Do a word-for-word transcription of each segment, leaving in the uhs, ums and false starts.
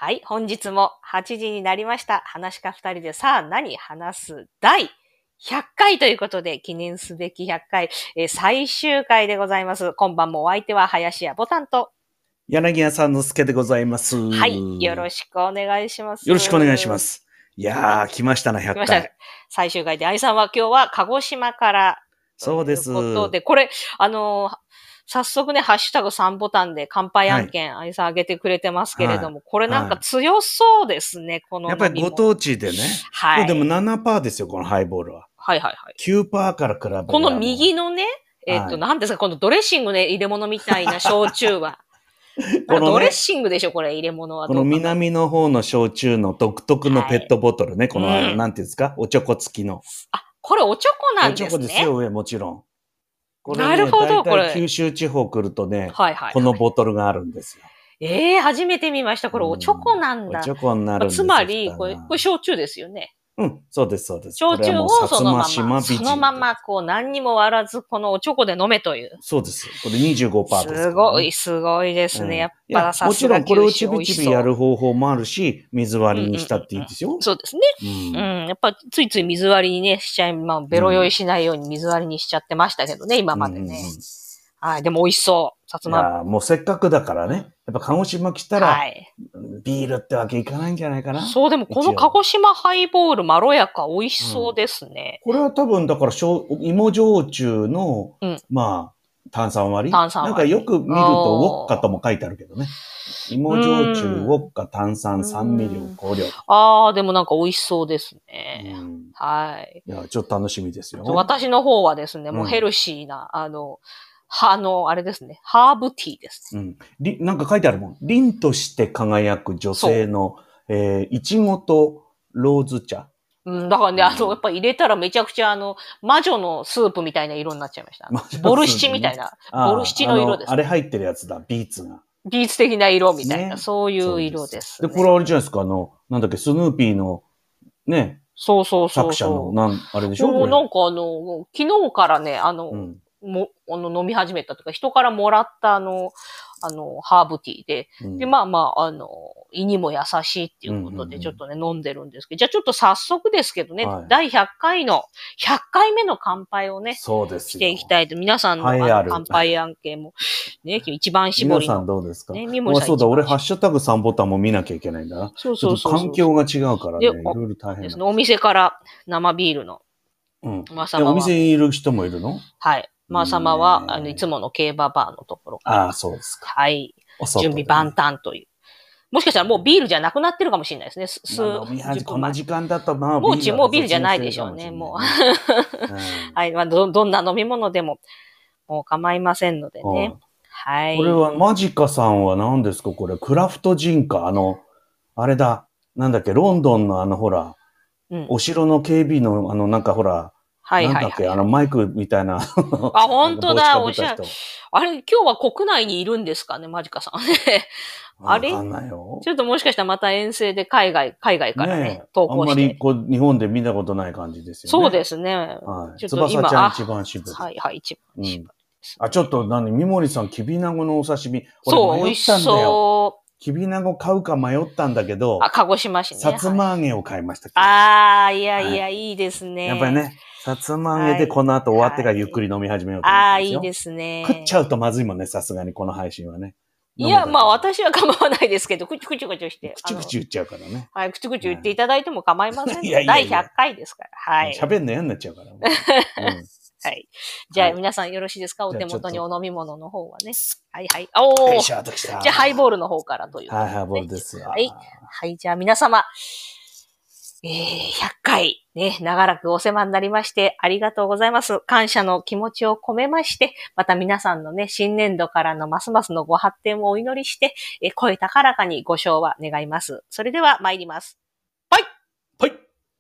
はい、本日もはちじになりました。話し家二人でさあ何話す第ひゃっかいということで、記念すべきひゃっかい、えー、最終回でございます。今晩もお相手は林家ボタンと柳家さんのすけでございます。 はい、よろしくお願いします。 よろしくお願いします。いやー、来ましたな、ひゃっかい。来ました。 最終回で、愛さんは今日は鹿児島からそうです。 ということで、これ、あのー、早速ね、ハッシュタグさんボタンで乾杯案件、愛さん上げてくれてますけれども、はい、これなんか強そうですね、はい、このやっぱりご当地でね。はい。でも ななパーセント ですよ、このハイボールは。 はいはいはい。 きゅうパーセント から比べると。 この右のね、えっ、ー、と、何、はい、ですか、このドレッシングの入れ物みたいな焼酎は。この、ね、ドレッシングでしょ、これ、入れ物は。 この南の方の焼酎の独特のペットボトルね、はい、この、うん、なんていうんですか、おちょこ付きの。 あ、これおちょこなんですね。 おちょこですよ、上、もちろん。これね、 なるほど、これ。 九州地方来るとね、 はいはいはい、 このボトルがあるんですよ。 ええー、初めて見ました。これ、おちょこなんだ。 うん、おちょこになるんですよ。 つまり、これ、これ焼酎ですよね。 うん、そうです、そうです。 焼酎をそのまま、そのまま、こう、何にも割らず、このおちょこで飲めという。 そうです。これ にじゅうごパーセント です、 ね。すごい、すごいですね。うん、やっぱさすがもちろんこれをちびちびやる方法もあるし、水割りにしたっていいですよ。 うんうんうん、そうですね、うん。うん。やっぱついつい水割りにね、しちゃい、まあ、ベロ酔いしないように水割りにしちゃってましたけどね、今までね。うんうんうん、はい。でも美味しそう。さつま。 いやもうせっかくだからね。うん、やっぱ鹿児島来たら、はい、ビールってわけいかないんじゃないかな。 そう、でもこの鹿児島ハイボールまろやか美味しそうですね。 うん、これは多分だから芋焼酎の、うん、まあ、炭酸割り炭酸割り。なんかよく見るとウォッカとも書いてあるけどね。芋焼酎、ウォッカ、炭酸、酸味料、香料。 ああ、でもなんか美味しそうですね。うん、はい。 いや、ちょっと楽しみですよ。 私の方はですね、もうヘルシーな、うん、あの、あの、あれですね。ハーブティーですね。 うん。なんか書いてあるもん。凛として輝く女性の、えー、いちごとローズ茶。 うん、だからね、あの、やっぱ入れたらめちゃくちゃあの、魔女のスープみたいな色になっちゃいました。ボルシチみたいな。ボルシチの色です、ねあ。あれ入ってるやつだ、ビーツが。 ビーツ的な色みたいな、ね、そういう色ですね。 で、これあれじゃないですか、あの、なんだっけ、スヌーピーの、ね。 そうそうそうそう。 作者の、なん、あれでしょもうなんかあの、昨日からね、あの、うんも、あの、飲み始めたとか、人からもらったあの、あの、ハーブティーで、うん、で、まあまあ、あの、胃にも優しいっていうことで、ちょっとね、うんうんうん、飲んでるんですけど、じゃあちょっと早速ですけどね、はい、だいひゃっかいの、ひゃっかいめの乾杯をね、 そうですしていきたいと、皆さんの、あの乾杯案件も、ね、一番絞りの。 皆さんどうですか？ ね、 三森さん。そうだ、俺、ハッシュタグさんボタンも見なきゃいけないんだな。 そうそうそうそう。 環境が違うからね、いろいろ大変ですね。お店から生ビールの、 うん。まあ、お店にいる人もいるの？ はい。まあ様は、あの、いつもの競馬バーのところから。 ああ、そうですか。 はい。準備万端という。もしかしたらもうビールじゃなくなってるかもしれないですね。す、 まあ、飲み始この時間だと、まあ、 もううちもうビールじゃないでしょうね、もう。はい。まあ、ど、どんな飲み物でも、もう構いませんのでね。はい。 これは、マジカさんは何ですかこれ、クラフトジンか。あの、あれだ。なんだっけ、ロンドンのあの、ほら、うん、お城の警備の、あの、なんかほら、 はいはいはい、 なんだっけ、あの、マイクみたいな。あ、 本当だ、おしゃれ。あれ、今日は国内にいるんですかね、マジカさん。あれわかんないよ。 ちょっともしかしたらまた遠征で海外、海外からね、ね投稿して。 あんまりこう、日本で見たことない感じですよね。 そうですね。 はい。ちょっと今翼ちゃん一番渋い。 はいはい、一番渋い、ねうん。あ、ちょっと何、三森さん、きびなごのお刺身。 そう、美味しそう。 きびなご買うか迷ったんだけど。 あ、鹿児島市ね。 さつま揚げを買いました。 ああ、いやいや、はい、いいですね。 やっぱりね。さつま揚げでこの後終わってからゆっくり飲み始めようと思ってますよ。 ああ、いいですね。 食っちゃうとまずいもんね、さすがにこの配信はね。 いや、まあ私は構わないですけど、くちくちくちして。 くちくち言っちゃうからね。 はい、くちくち言っていただいても構いません。いやいやだいひゃっかいですから。はい。 喋んの嫌になっちゃうから。 はい。じゃあ皆さんよろしいですか？お手元にお飲み物の方はね。はいはい。おー。じゃあハイボールの方からという。 はい、ハイボールです。 はい。はい。じゃあ皆様。えー、ひゃっかい、ね、長らくお世話になりまして、ありがとうございます。感謝の気持ちを込めまして、また皆さんのね、新年度からのますますのご発展をお祈りして、えー、声高らかにご唱和願います。それでは参ります。はいはい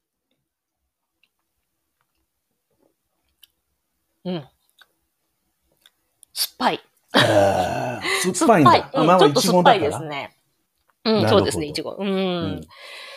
うん。酸っぱい。 酸っぱいんだ。 うん、ちょっと酸っぱいですね。うん、そうですね、いちご。うん。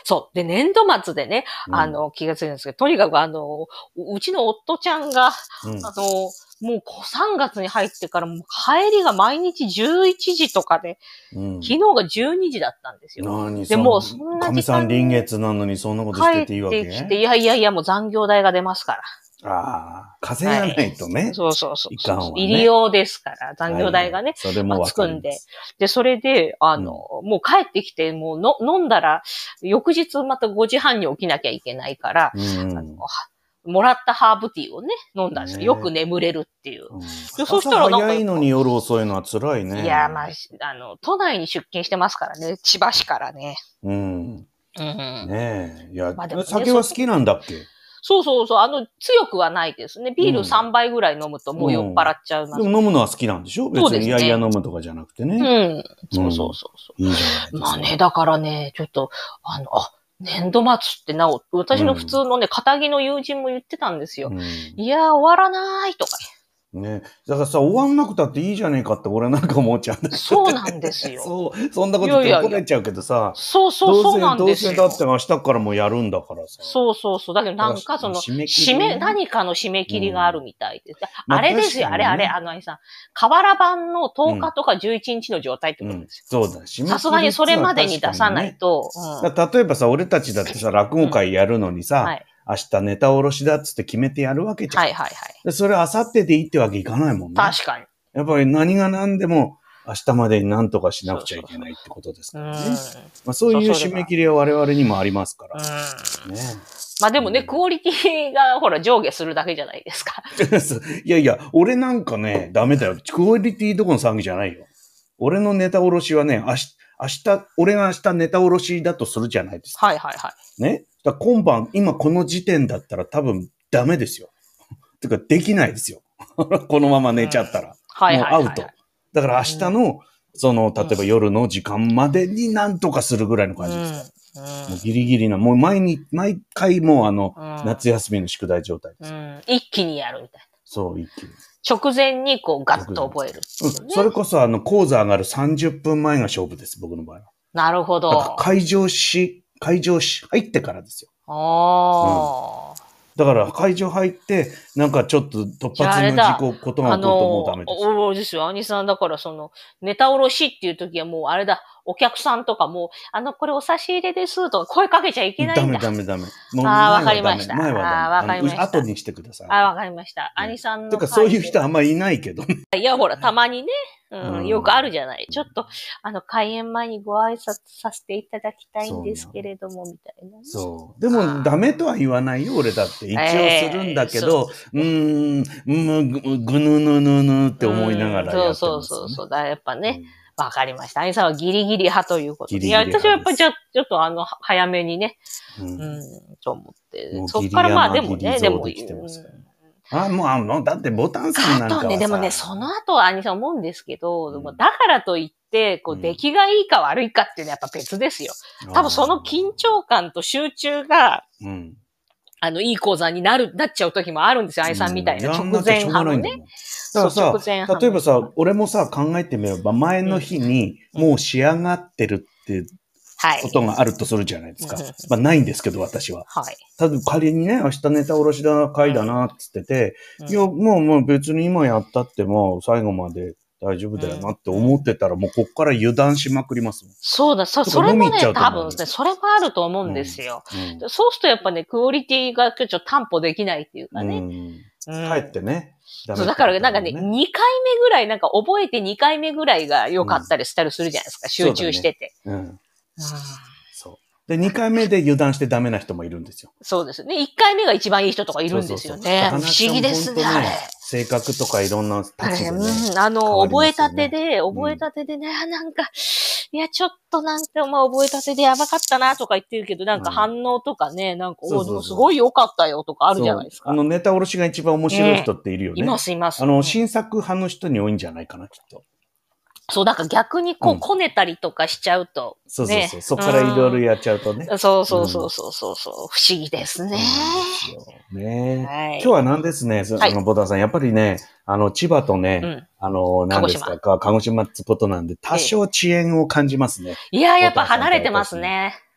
そう。で、年度末でね、うん、あの、気がついたんですけど、とにかくあの、うちの夫ちゃんが、うん、あの、もうさんがつに入ってからもう帰りが毎日じゅういちじとかで、うん、昨日がじゅうにじだったんですよ。 何でもそんな神さん臨月なのにそんなことしてていいわけ？ 帰ってきて、いやいやいや、もう残業代が出ますから。 ああ、風がないとね。はい、 そうそうそう。 いかんわね。 入り用ですから、残業代がね。 はい、それもわかる。 つくんで。で、それで、あの、うん、もう帰ってきて、もうの飲んだら、翌日またごじはんに起きなきゃいけないから、うん、あのもらったハーブティーをね、飲んだんですよ。ね、よく眠れるっていう。うん、 そしたらなんか早いのに夜遅いのは辛いね。 いや、まあ、あの、都内に出勤してますからね。千葉市からね。 うん。うん、ねえ。いや、まあでもね、酒は好きなんだっけ？ そうそうそう。あの、強くはないですね。ビールさんばいぐらい飲むともう酔っ払っちゃう、 うんうん。でも飲むのは好きなんでしょ？別にいやいや飲むとかじゃなくてね。 うん。そうそうそうそう、 うん。いいじゃないですか。 まあね、だからね、ちょっと、あの、あ、年度末ってなお、私の普通のね、片木の友人も言ってたんですよ。うん、いやー、終わらないとか。 ね。だからさ、終わんなくたっていいじゃねえかって俺なんか思っちゃうんだけど。 そうなんですよ。 そう、そんなこと言って怒られちゃうけどさ。いやいやそうそうそうなんですよ。 どうせ、どうせだって明日からもうやるんだからさ。 そうそうそう。だけどなんかその、締め切り、締め、何かの締め切りがあるみたいです。うん、あれですよ、まあね、あれあれ、あの、あいさん。河原版のとおかとかじゅういちにちの状態ってことですよ。 うんうん、そうだ、締め切り。 さすがにそれまでに出さないと。 ね、うん、例えばさ、俺たちだってさ、落語会やるのにさ、うんはい、明日ネタおろしだっつって決めてやるわけじゃん。 はいはいはい。 でそれあさってでいいってわけいかないもんね。 確かに。 やっぱり何が何でも明日までに何とかしなくちゃいけないってことですからね。そうそうそう、まあ、そういう締め切りは我々にもありますから。ね、 まあでもね、うん、クオリティがほら上下するだけじゃないですか。 いやいや、俺なんかね、ダメだよ。クオリティどこの騒ぎじゃないよ。俺のネタおろしはね、明日、明日、俺が明日ネタおろしだとするじゃないですか。 はいはいはい。 ね。だ今晩、今この時点だったら多分ダメですよ。てか、できないですよ。このまま寝ちゃったら。うん、はいはいはい、はい。もうアウト。だから明日の、うん、その、例えば夜の時間までに何とかするぐらいの感じですから。うんうん、もうギリギリな、もう毎日、毎回もうあの、うん、夏休みの宿題状態です、うん。 一気にやるみたいな。 そう、一気に。 直前にこうガッと覚える、ね、 うん。それこそあの、講座上がるさんじゅっぷんまえが勝負です、僕の場合は。 なるほど。 だから会場し、会場し、入ってからですよ。 ああ、うん。 だから会場入って、なんかちょっと突発の事故、ことが起こるともうダメです。 あの、おですよ。兄さん、だからその、ネタおろしっていう時はもうあれだ、お客さんとかも、あの、これお差し入れですとか声かけちゃいけないんだ。 ダメダメダメ。 もうああ、わかりました。 前はダメ。 ああ、わかりました。 後にしてください。 ああ、わかりました。兄さんの。 てかそういう人あんまいないけどね。 いや、ほら、たまにね。うん、よくあるじゃない。ちょっと、あの、開演前にご挨拶させていただきたいんですけれども、みたいな、ね。 そう。でも、ダメとは言わないよ、俺だって。一応するんだけど、えー、うーん、ぐ、ぐぬぬぬぬって思いながらやってます、ね。 そうそうそうそう。だやっぱね、わ、うん、かりました。兄さんはギリギリ派ということで。いや、私はやっぱりちょ、ちょっとあの、早めにね、うん、うん、と思って。そっからまあ、でもね、でも、 あ、もう、あの、だってボタンさんなんかはさ。 あとね、でもね、その後は兄さん思うんですけど、うん、だからといって、こう、出来がいいか悪いかっていうのはやっぱ別ですよ。多分その緊張感と集中が、うん、あの、いい講座になる、なっちゃう時もあるんですよ、愛さんみたいな直前派のね。 だからさ、例えばさ、俺もさ、考えてみれば、前の日にもう仕上がってるって、ことがあるとするじゃないですか。はい、まあないんですけど、私は。はい。ただ仮にね、明日ネタおろしだ会だなって言ってて、うん、いや、もうもう別に今やったっても最後まで大丈夫だよなって思ってたら、うん、もうこっから油断しまくりますもん。 そうだ、そ、それもね、多分ね、それもあると思うんですよ。うんうん、そうするとやっぱね、クオリティがちょっと担保できないっていうかね。 うん、かえってね。 そう、だからなんかね、にかいめぐらい、なんか覚えてにかいめぐらいが良かったりしたりするじゃないですか、集中してて。うん。 そう。で、にかいめで油断してダメな人もいるんですよ。 そうですね。いっかいめが一番いい人とかいるんですよね。不思議ですね、あれ。 性格とかいろんなタチでね。 うん、あの、覚えたてで、覚えたてでね、うん、なんか、いや、ちょっとなんて、まあ、覚えたてでやばかったなとか言ってるけど、なんか反応とかね、なんか、おでもすごい良かったよとかあるじゃないですか。 あの、ネタおろしが一番面白い人っているよね。 います、います。 あの、新作派の人に多いんじゃないかな、きっと。 そう、だから逆にこう、こねたりとかしちゃうと、 ね。そうそうそう。そこからいろいろやっちゃうとね。 そうそうそうそうそう。不思議ですね。 ね。今日は何ですね、あの、ボタンさん。やっぱりね、あの、千葉とね、あの、何ですか、鹿児島ってことなんで、多少遅延を感じますね。 いや、やっぱ離れてますね。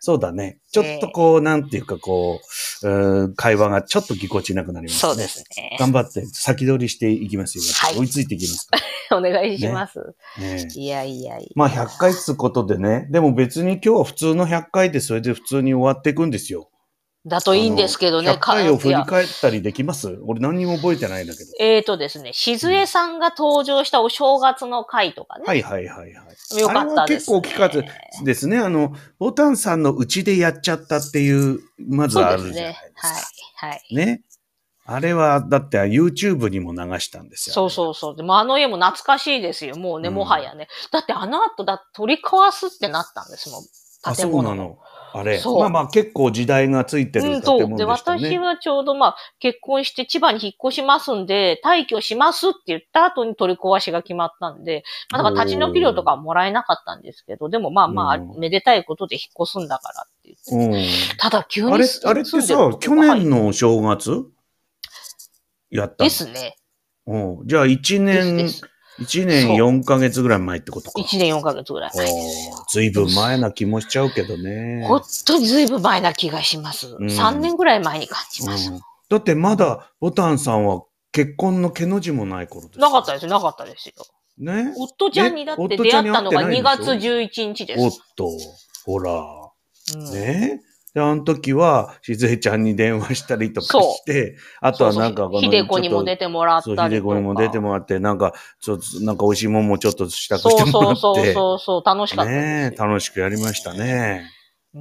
そうだね。ちょっとこう、えー、なんていうかこう、うー会話がちょっとぎこちなくなりますね。 そうですね。 頑張って先取りしていきますよ。はい、追いついていきますから。お願いします。 ねね、 いやいやいや。 まあひゃっかいつうことでね。でも別に今日は普通のひゃっかいでそれで普通に終わっていくんですよ。 だといいんですけどね。 ひゃっかいを振り返ったりできます？俺何にも覚えてないんだけど。 えーとですね、しずえさんが登場したお正月の回とかね。 はいはいはいはい。 よかったですね。 あれは結構大きかったですね。あの、ボタンさんのうちでやっちゃったっていう、まずあるじゃないですか。 そうですね。はい。はい。 ね。あれは、だって YouTube にも流したんですよ。 そうそうそう。でもあの家も懐かしいですよ。もうね、うん、もはやね。だってあの後だ、取り壊すってなったんですもん。建物。 あ、そうなの。あれ。まあまあ結構時代がついてる建物でしたね。うん、そう。で、 私はちょうどまあ結婚して千葉に引っ越しますんで、退去しますって言った後に取り壊しが決まったんで、まあだから立ち退き料とかはもらえなかったんですけど、でもまあまあ、めでたいことで引っ越すんだからって言って。うん、ただ急にあれ、あれってさ、去年の正月、はい、やったですね。 うん。じゃあいちねん、いちねんよんかげつぐらい前ってことか。 いちねんよんかげつぐらい前ですよ。 ずいぶん前な気もしちゃうけどね。 本当にずいぶん前な気がします。うん、さんねんぐらい前に感じます、うん。 だってまだボタンさんは結婚の毛の字もない頃ですよ。なかったですよ、なかったですよ。 ね。 夫ちゃんにだって出会ったのがにがつじゅういちにちです。 おっと、ほら。うん、ね。で、あの時は、しずえちゃんに電話したりとかして、あとはなんかこの、 ひでこにも出てもらったりとか。 そう、ひでこにも出てもらって、なんか、ちょっと、なんか美味しいもんもちょっと支度してもらって。 そうそうそうそう、楽しかったですね。楽しくやりましたね。 うん、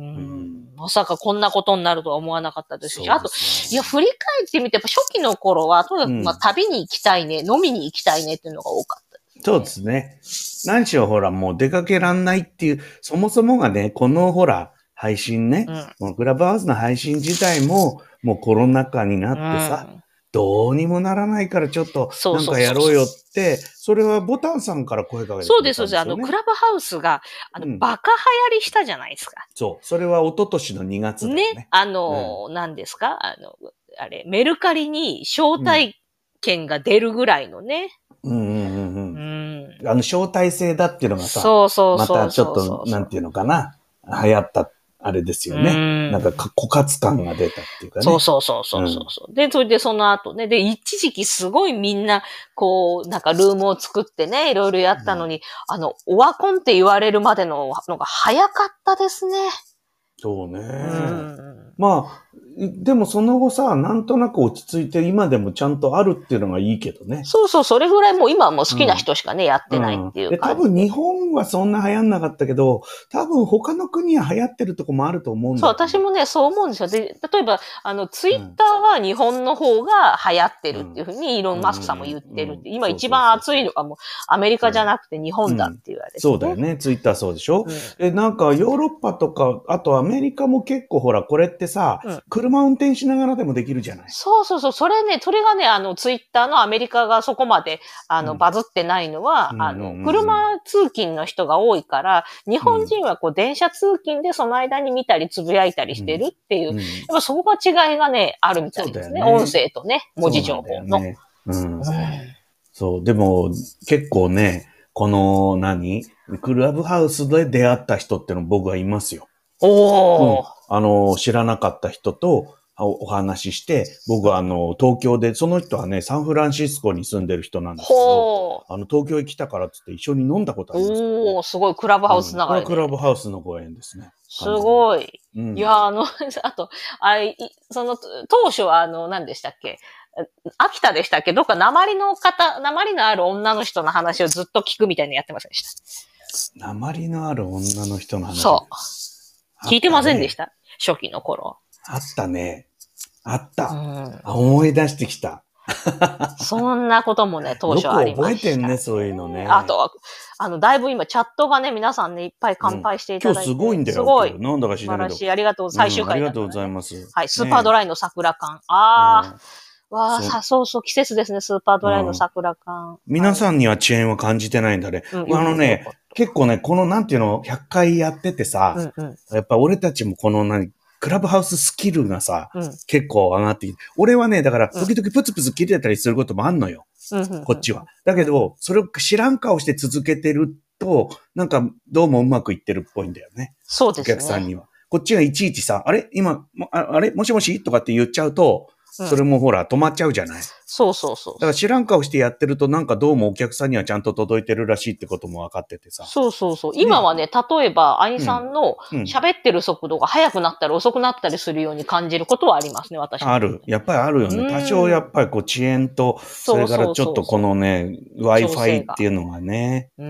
まさかこんなことになるとは思わなかったですし、あと、いや、振り返ってみて、やっぱ初期の頃は、とにかく、まあ、旅に行きたいね、飲みに行きたいねっていうのが多かったですね。 そうですね。何しろほら、もう出かけらんないっていう、そもそもがね、このほら、配信ね、うん、このクラブハウスの配信自体も、もうコロナ禍になってさ、うん、どうにもならないからちょっと、なんかやろうよって、それはボタンさんから声かけてくれたんですよね。 そうです、そうです。あの、クラブハウスが、あの、うん、バカ流行りしたじゃないですか。 そう。それは一昨年のにがつだよね。 ね。あの、うん、何ですかあの、あれ、メルカリに招待券が出るぐらいのね。 うんうんうんうん。うん、あの、招待制だっていうのがさ、 そうそうそうそうまたちょっと、なんていうのかな、流行ったあれですよね。なんか、枯渇感が出たっていうかね。 そうそうそうそうそう、うん。で、それでその後ね、で、一時期すごいみんな、こう、なんかルームを作ってね、いろいろやったのに、うん、あの、オワコンって言われるまでののが早かったですね。 そうね。うん、まあ、でもその後さ、なんとなく落ち着いて今でもちゃんとあるっていうのがいいけどね。 そうそう、それぐらいもう今はもう好きな人しかね、うん、やってないっていう感じ、 うん、で。多分日本はそんな流行んなかったけど、多分他の国は流行ってるとこもあると思うんだよ、ね。 そう、私もね、そう思うんですよ。で、例えば、あの、ツイッターは日本の方が流行ってるっていうふうにイーロン・マスクさんも言ってるって。今一番熱いのがもうアメリカじゃなくて日本だって言われて、ねうん。そうだよね。ツイッターそうでしょ、うん、で、なんかヨーロッパとか、あとアメリカも結構ほら、これってさ、うん、車運転しながらでもできるじゃない。 そうそうそう。それね、それがね、あの、ツイッターのアメリカがそこまで、あの、うん、バズってないのは、うん、あの、車通勤の人が多いから、日本人はこう、電車通勤でその間に見たり、つぶやいたりしてるっていう、うん、やっぱそこが違いがね、あるみたいですね。ね、音声とね、文字情報の。 ね、うん。そう、でも、結構ね、この何、クラブハウスで出会った人っての僕はいますよ。 おー。うん、 あの、知らなかった人と、お話しして、僕はあの、東京で、その人はね、サンフランシスコに住んでる人なんですけど、あの、東京へ来たからってって一緒に飲んだことありますから、ね。 おー、すごい、クラブハウス流れ、ね。 これはクラブハウスのご縁ですね。 すごい。うん、いや、あの、あと、あれ、その、当初はあの、何でしたっけ秋田でしたっけどっか鉛の方、鉛のある女の人の話をずっと聞くみたいにやってませんでした。鉛のある女の人の話。 そう。聞いてませんでした、初期の頃。 あったね。あった。うん、あ、思い出してきた。 そんなこともね、当初ありました、ね。 よく覚えてんね、そういうのね。 あとは、あの、だいぶ今、チャットがね、皆さんね、いっぱい乾杯していただいて。 うん、今日すごいんだよ。 すごい。 なんだか知らないけど。 素晴らしい。ありがとう。最終回、 ねうん、ありがとうございます。 はい。スーパードライの桜缶。ね、ああ。わあ、さ、そうそう、季節ですね、スーパードライの桜缶。 皆さんには遅延は感じてないんだね。うん、あのね、結構ね、このなんていうの、ひゃっかいやっててさ、うんうん、やっぱ俺たちもこの何、クラブハウススキルがさ、うん、結構上がってきて。俺はね、だから、時々プツプツ切れたりすることもあんのよ。うん、こっちは。だけど、それを知らん顔して続けてると、なんか、どうもうまくいってるっぽいんだよね。 そうですね。 お客さんには。 こっちがいちいちさ、あれ今、ああれもしもしとかって言っちゃうと、うん、それもほら止まっちゃうじゃない。 そうそうそう。 だから知らん顔してやってるとなんかどうもお客さんにはちゃんと届いてるらしいってことも分かっててさ。 そうそうそう。今はね、例えば、兄さんの喋ってる速度が速くなったり遅くなったりするように感じることはありますね、私も。ある。やっぱりあるよね。多少やっぱりこう遅延と、それからちょっとこのね、Wi-Fi っていうのがね。うん。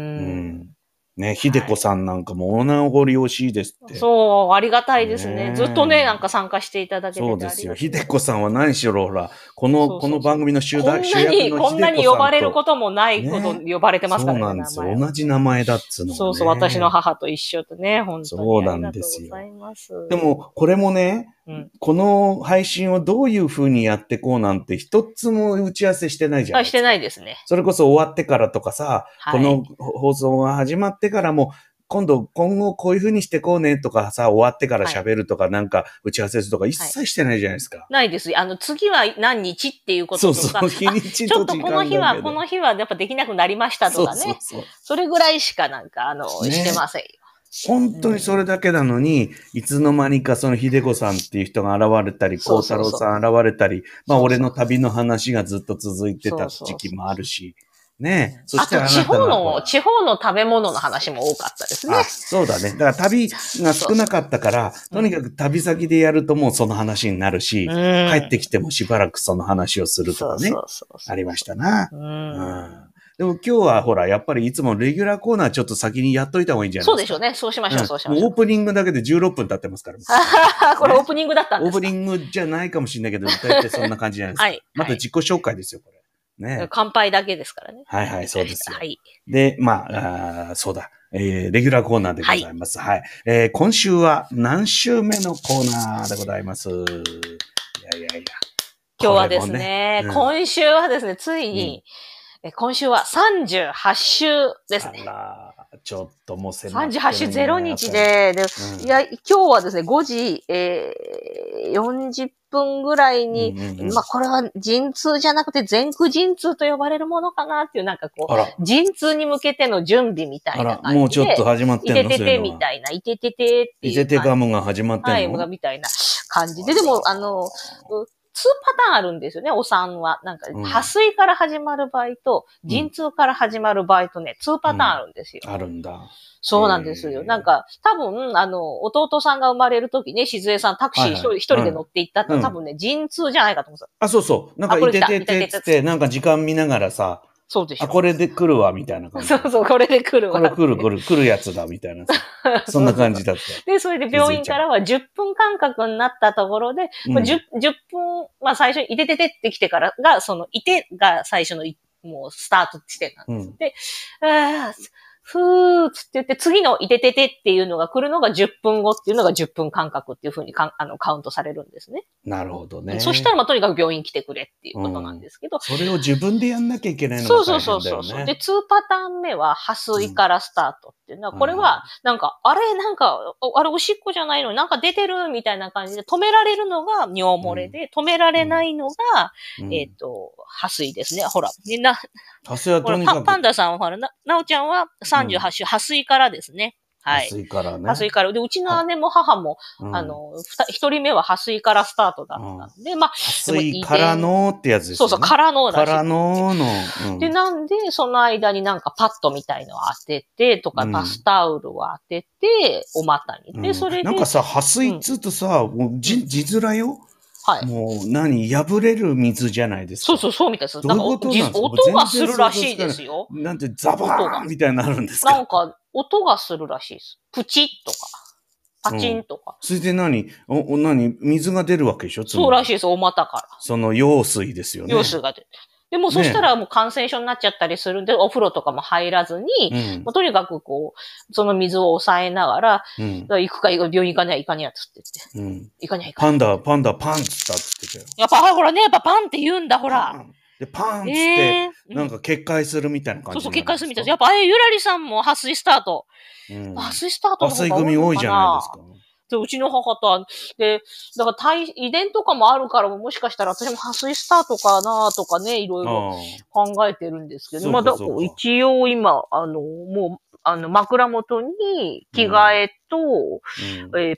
ね、ひでこさんなんかもお名残惜しいですって。 そう、ありがたいですね。ねずっとね、なんか参加していただけてて。 そうですよ。ひでこさんは何しろ、ほら、この、そうそうそうこの番組の主題、主役のひでこさんと。 こんなに呼ばれることもないほど呼ばれてますからね。 そうなんですよ。同じ名前だっつうの、ね。 そうそう、私の母と一緒とね、本当に。 そうなんですよ。でも、これもね、うん、この配信をどういう風にやってこうなんて一つも打ち合わせしてないじゃないですか。 してないですね。 それこそ終わってからとかさ、はい、この放送が始まってからも、今度、今後こういう風にしてこうねとかさ、終わってから喋るとか、はい、なんか打ち合わせするとか一切してないじゃないですか。はい、 ないです。あの、次は何日っていうこととか。 そうそう、日にちと時間だけで。 ちょっとこの日は、この日はやっぱできなくなりましたとかね。そうそうそう。それぐらいしかなんか、あの、ね、してませんよ。 本当にそれだけなのに、うん、いつの間にかその秀子さんっていう人が現れたり、孝太郎さん現れたり、まあ俺の旅の話がずっと続いてた時期もあるし。ねえ。 そしてあと地方の、地方の食べ物の話も多かったですね。あ、 そうだね。だから旅が少なかったから、とにかく旅先でやるともうその話になるし、うん、帰ってきてもしばらくその話をするとかね。そうそうそうそうありましたな。うんうんでも今日はほら、やっぱりいつもレギュラーコーナーちょっと先にやっといた方がいいんじゃないですか。 そうでしょうね。そうしましょう、うん、そうしましょう。 もうオープニングだけでじゅうろっぷん経ってますから。 これオープニングだったんですか、 オープニングじゃないかもしれないけど、大体そんな感じじゃないですか。はい。また自己紹介ですよ、これ。ね。 乾杯だけですからね。 はいはい、そうですよ。はい。で、まあ、あそうだ。えー、レギュラーコーナーでございます。はい。はい、えー、今週は何週目のコーナーでございます。いやいやいや。 今日はですね、ねうん、今週はですね、ついに、うん、今週はさんじゅうはち週ですね。 あら、ちょっともう迫ってる、ね。 さんじゅうはち週ゼロ日で、で、うん、いや、今日はですね、ごじ、えー、よんじゅっぷんぐらいに、うんうんうん、まあ、これは陣痛じゃなくて前駆陣痛と呼ばれるものかなっていう、なんかこう、陣痛に向けての準備みたいな感じで。 もうちょっと始まってんのいてててみたいな、いてててっていう。 いててガムが始まってんのはい、みたいな感じで。でも、あの、にパターンあるんですよね、お産は。なんか、破水から始まる場合と、陣痛から始まる場合とね、にパターンあるんですよ。 うん、あるんだ。 そうなんですよ。なんか、多分、あの、弟さんが生まれるときね、静江さんタクシー一人、はいはい、一人で乗って行ったって、うん、多分ね、陣痛じゃないかと思うんですよ。 あ、そうそう。なんか、いてててって、なんか時間見ながらさ、 そうでしょ。 あ、これで来るわ、みたいな感じ。 そうそう、これで来るわ。 これ来る、来る、来るやつだ、みたいな。そんな感じだった。 で、それで病院からはじゅっぷん間隔になったところで、うん、10, じゅっぷん、まあ最初にいてててって来てからが、そのいてが最初のもうスタート地点なんです。うん、で、あふーつって言って、次のいてててっていうのが来るのがじゅっぷんごっていうのがじゅっぷん間隔っていうふうにかあのカウントされるんですね。 なるほどね。 そしたらまあとにかく病院来てくれっていうことなんですけど。 うん、それを自分でやんなきゃいけないのが大変だよね。そうそうそうそう。で、にパターン目は破水からスタートっていうのは、うん、これはなんか、あれなんか、あれおしっこじゃないのになんか出てるみたいな感じで止められるのが尿漏れで、うん、止められないのが、うん、えっ、ー、と、破水ですね。ほら、みんな、 破水はとにかくパンダさんはほら、な、なおちゃんはさんじゅうはち週、うん、破水からですね。はい。 破水からね。 破水から。で、うちの姉も母も、うん、あの、一人目は破水からスタートだったんで、うん、まあ、 破水からのってやつですね。 そうそう、からのだし。からのの、 うん。で、なんで、その間になんかパッドみたいのを当てて、とか、バスタオルを当てて、お股に。で、それで。 なんかさ、破水っつうとさ、もうじ、字面よ。はい。もう、何破れる水じゃないですか。 そうそう、そうみたいです。どういうことなんですか？音がするらしいですよ。 なんて、ザバーンみたいになるんですか？ なんか、音がするらしいです。プチッとか、パチンとか。 うん、それで何お、何水が出るわけでしょ？ そうらしいです、お股から。 その、羊水ですよね。 羊水が出る。でも、そしたらもう感染症になっちゃったりするんで、お風呂とかも入らずに、うん、もうとにかくこう、その水を抑えながら、うん、行くか、病院行かにゃいかにゃつって言って。うん、行かにゃいかにゃ。 パンダ、パンダ、パンつったって言ってたよ。 やっぱ、ほらね、やっぱパンって言うんだ、ほら。 で、パーンっつって、えー、なんか決壊するみたいな感じ、 そうそう、決壊するみたいです。やっぱ、あれ、ゆらりさんも破水スタート。うん、破水スタートの方が多いのかな。 破水組多いじゃないですか。 で、うちの母とは、で、だから体、遺伝とかもあるからも、もしかしたら私も破水スタートかなとかね、いろいろ考えてるんですけど、まあ、だ一応今、あの、もう、あの、枕元に着替えと、うん、えー、パッ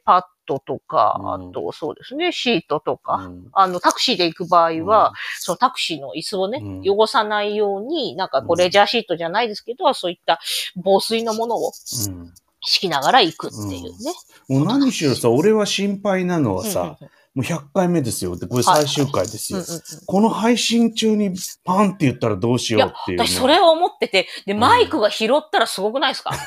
トとか、うん、あとそうですね、シートとか、うん、あの、タクシーで行く場合は、うん、そのタクシーの椅子をね、うん、汚さないように、なんかこうレジャーシートじゃないですけど、そういった防水のものを敷きながら行くっていうね。 もう何しろさ、俺は心配なのはさ、うんうんうん、もうひゃっかいめですよ。で、これ最終回ですよ。はいはいうんうんうん。この配信中にパンって言ったらどうしようっていう、ね。 いや、私それを思ってて、で、マイクが拾ったらすごくないですか、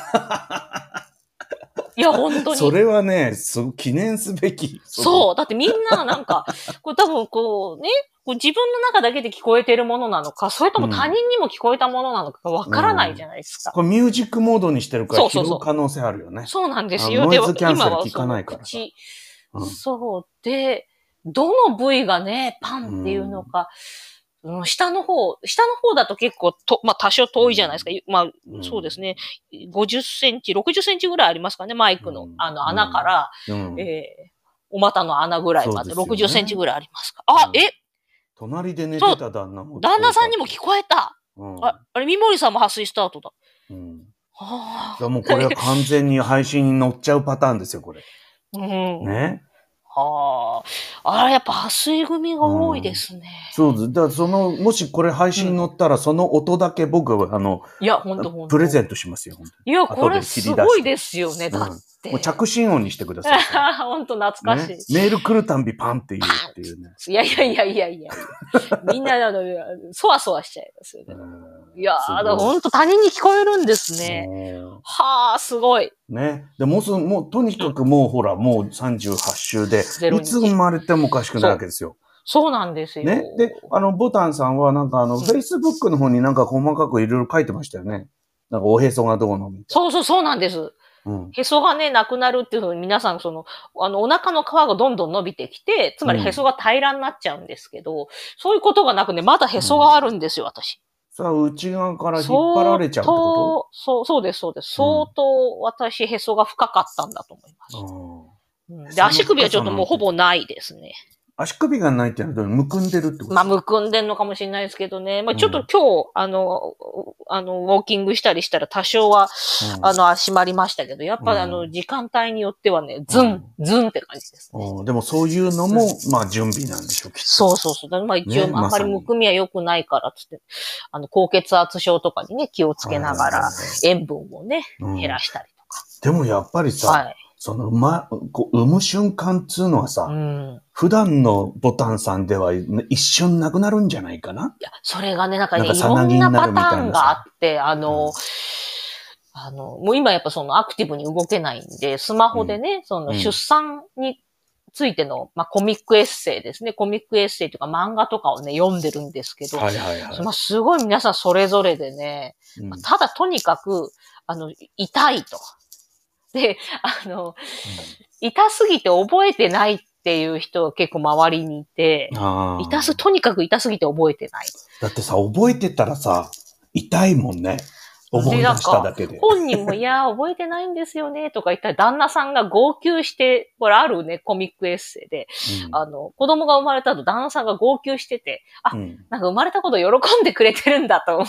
うん、いや、本当に。 それはね、す記念すべき。 そう。だってみんななんか、これ多分こうね、こう自分の中だけで聞こえてるものなのか、それとも他人にも聞こえたものなのかわからないじゃないですか、 うんうん。これミュージックモードにしてるから拾う可能性あるよね。 そうそうそう。そうなんですよ。 ノイズキャンセル聞かないからさ。 うん、そう。で、どの部位がね、パンっていうのか、うん、下の方、下の方だと結構と、まあ多少遠いじゃないですか。うん、まあ、うん、そうですね。ごじゅっセンチ、ろくじゅっセンチぐらいありますかね、マイクの、うん、あの穴から、うんえー、お股の穴ぐらいまで、ろくじゅっセンチぐらいありますか。あ、うん、え隣で寝てた旦那も。 旦那さんにも聞こえた。うん、あ, あれ、三森さんも破水スタートだ。 うん。はあ、もうこれは完全に配信に乗っちゃうパターンですよ、これ。 うん。 ね。 はあ。あれ、やっぱ破水組が多いですね。 うん、そうです。だからその、もしこれ配信に乗ったら、その音だけ僕は、あの、 いや、ほんとほんと。 プレゼントしますよ、本当に。 いや、これすごいですよね、だって。 うん、もう着信音にしてください。 ほんと懐かしい、 ね。メール来るたんびパンって言うっていうね。 いやいやいやいやいやみんな、あの、そわそわしちゃいますよね。いやー、だほんと他人に聞こえるんですね。はあ、すごい。 ね。で、もうすぐ、もう、とにかくもう、ほら、もうさんじゅうはち週で、いつ生まれてもおかしくないわけですよ。 そう、そうなんですよ。 ね。で、あの、ボタンさんは、なんかあの、フェイスブックの方になんか細かくいろいろ書いてましたよね。なんか、おへそがどうのみたいな。 そうそう、そうなんです。うん、へそがね、なくなるっていうふうに皆さん、その、あの、お腹の皮がどんどん伸びてきて、つまりへそが平らになっちゃうんですけど、うん、そういうことがなくね、まだへそがあるんですよ、うん、私。 さあ、内側から引っ張られちゃうってことそう、そうです、そうです。相当、私、へそが深かったんだと思います。うん、で、足首はちょっともうほぼないですね。 足首がないってのはむくんでるってこと？ まあ、むくんでんのかもしれないですけどね。まあ、ちょっと今日、うん、あの、あの、ウォーキングしたりしたら多少は、うん、あの、締まりましたけど、やっぱり、うん、あの、時間帯によってはね、ズン、うん、ズンって感じですね。 でもそういうのも、まあ、準備なんでしょう、きっと。 そうそうそう。まあ、一応、ね、あんまりむくみは良くないから、つって、あの、高血圧症とかにね、気をつけながら、塩分をね、減らしたりとか。 でもやっぱりさ、はい、その、ま、こう、産む瞬間っつうのはさ、うん、普段のボタンさんでは一瞬なくなるんじゃないかな？ いや、それがね、なんかね、いろんなパターンがあって、あの、うん、あの、もう今やっぱそのアクティブに動けないんで、スマホでね、うん、その出産についての、まあ、コミックエッセイですね。コミックエッセイとか漫画とかをね、読んでるんですけど、 はいはいはい、 まあ、すごい皆さんそれぞれでね、うん、ただとにかく、あの、痛いと。で、あの、うん、痛すぎて覚えてないっていう人が結構周りにいて、痛す、とにかく痛すぎて覚えてない。 だってさ、覚えてたらさ、痛いもんね。思い出しただけで。 本人も、いやー、覚えてないんですよね、とか言ったら、旦那さんが号泣して、これあるね、コミックエッセイで、うん、あの、子供が生まれた後、旦那さんが号泣してて、あ、うん、なんか生まれたこと喜んでくれてるんだと、うん、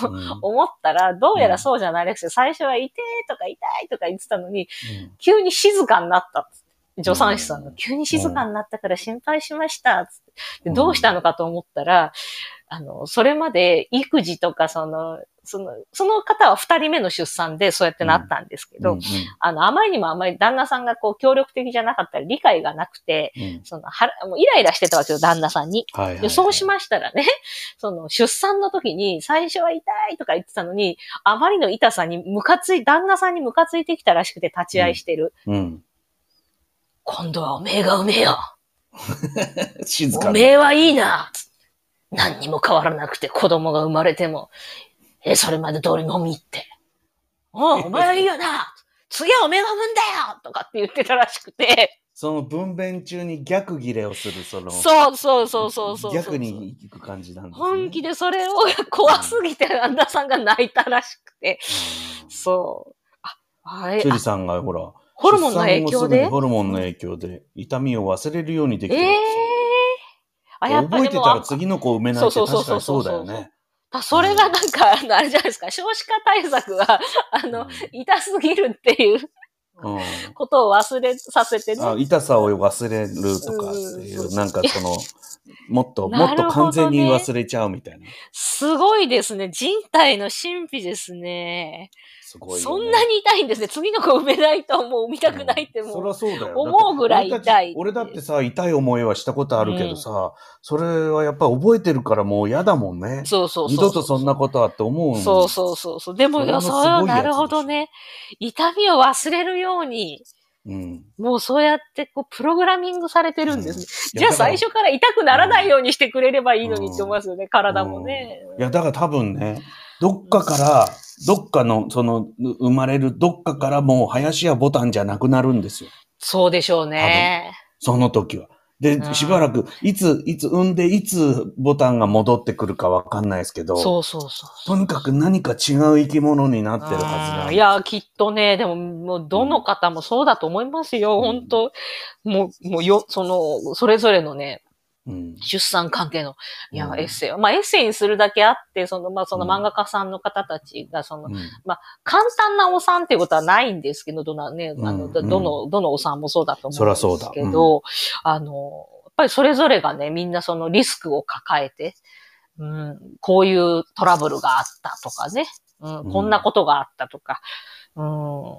思ったら、どうやらそうじゃないですよ。最初は痛いとか痛いとか言ってたのに、急に静かになった。助産師さんが、急に静かになったから心配しました。つってでどうしたのかと思ったら、あの、それまで育児とか、その、その、その方は二人目の出産でそうやってなったんですけど、うんうんうん、あの、あまりにもあまり旦那さんがこう協力的じゃなかったり理解がなくて、うん、その、はもうイライラしてたわけよ、旦那さんに、はいはいはい。で。そうしましたらね、その、出産の時に最初は痛いとか言ってたのに、あまりの痛さにムカつい、旦那さんにムカついてきたらしくて立ち会いしてる。うんうん、今度はおめえが産めよ。静かに。おめえはいいな。何にも変わらなくて子供が生まれても、え、それまで通り飲みって。おう、お前はいいよな。次はおめえが産むんだよとかって言ってたらしくて。 その分娩中に逆ギレをする、その。 そうそうそうそうそう。 逆に行く感じなんですね。 本気でそれを怖すぎて旦那さんが泣いたらしくて。うん、そう。あ、あれ。 シュリさんがほら、 ホルモンの影響でホルモンの影響で痛みを忘れるようにできてる。 えーあ、やっぱり覚えてたら次の子を産めないって確かにそうだよね。 それがなんか、あれじゃないですか、少子化対策が、あの、うん、痛すぎるっていう。 ことを忘れさせてね。 あ、痛さを忘れるとかっていう、なんかその、もっと、もっと完全に忘れちゃうみたいな。 すごいですね。人体の神秘ですね。すごいよね。そんなに痛いんですね。次の子産めないともう産みたくないってもう、うん、そりゃそうだよ。思うぐらい痛い。 俺だってさ、痛い思いはしたことあるけどさ、うん、それはやっぱり覚えてるからもう嫌だもんね。そうそうそうそう。二度とそんなことはって思うもん。 そうそうそうそう。でも、そう、なるほどね。痛みを忘れるように。うん、もうそうやってこうプログラミングされてるんですね。うん、じゃあ最初から痛くならないようにしてくれればいいのにって思いますよね、うん、体もね、 うん。いや、だから多分ね、どっかから、どっかの、その、生まれるどっかからもう林家ボタンじゃなくなるんですよ。 そうでしょうね。 その時は。で、しばらく、いつ、いつ産んで、いつボタンが戻ってくるかわかんないですけど。そうそうそう。とにかく何か違う生き物になってるはずなんです。 いや、きっとね、でも、もう、どの方もそうだと思いますよ。うん、本当もう、もうよ、その、それぞれのね、うん、出産関係の、いや、うん、エッセイ。まあ、エッセイにするだけあって、その、まあ、その漫画家さんの方たちが、その、うん、まあ、簡単なお産っていうことはないんですけど、どのね、あの、どの、どのお産もそうだと思うんですけど、うん、あの、やっぱりそれぞれがね、みんなそのリスクを抱えて、うん、こういうトラブルがあったとかね、うん、こんなことがあったとか、うん、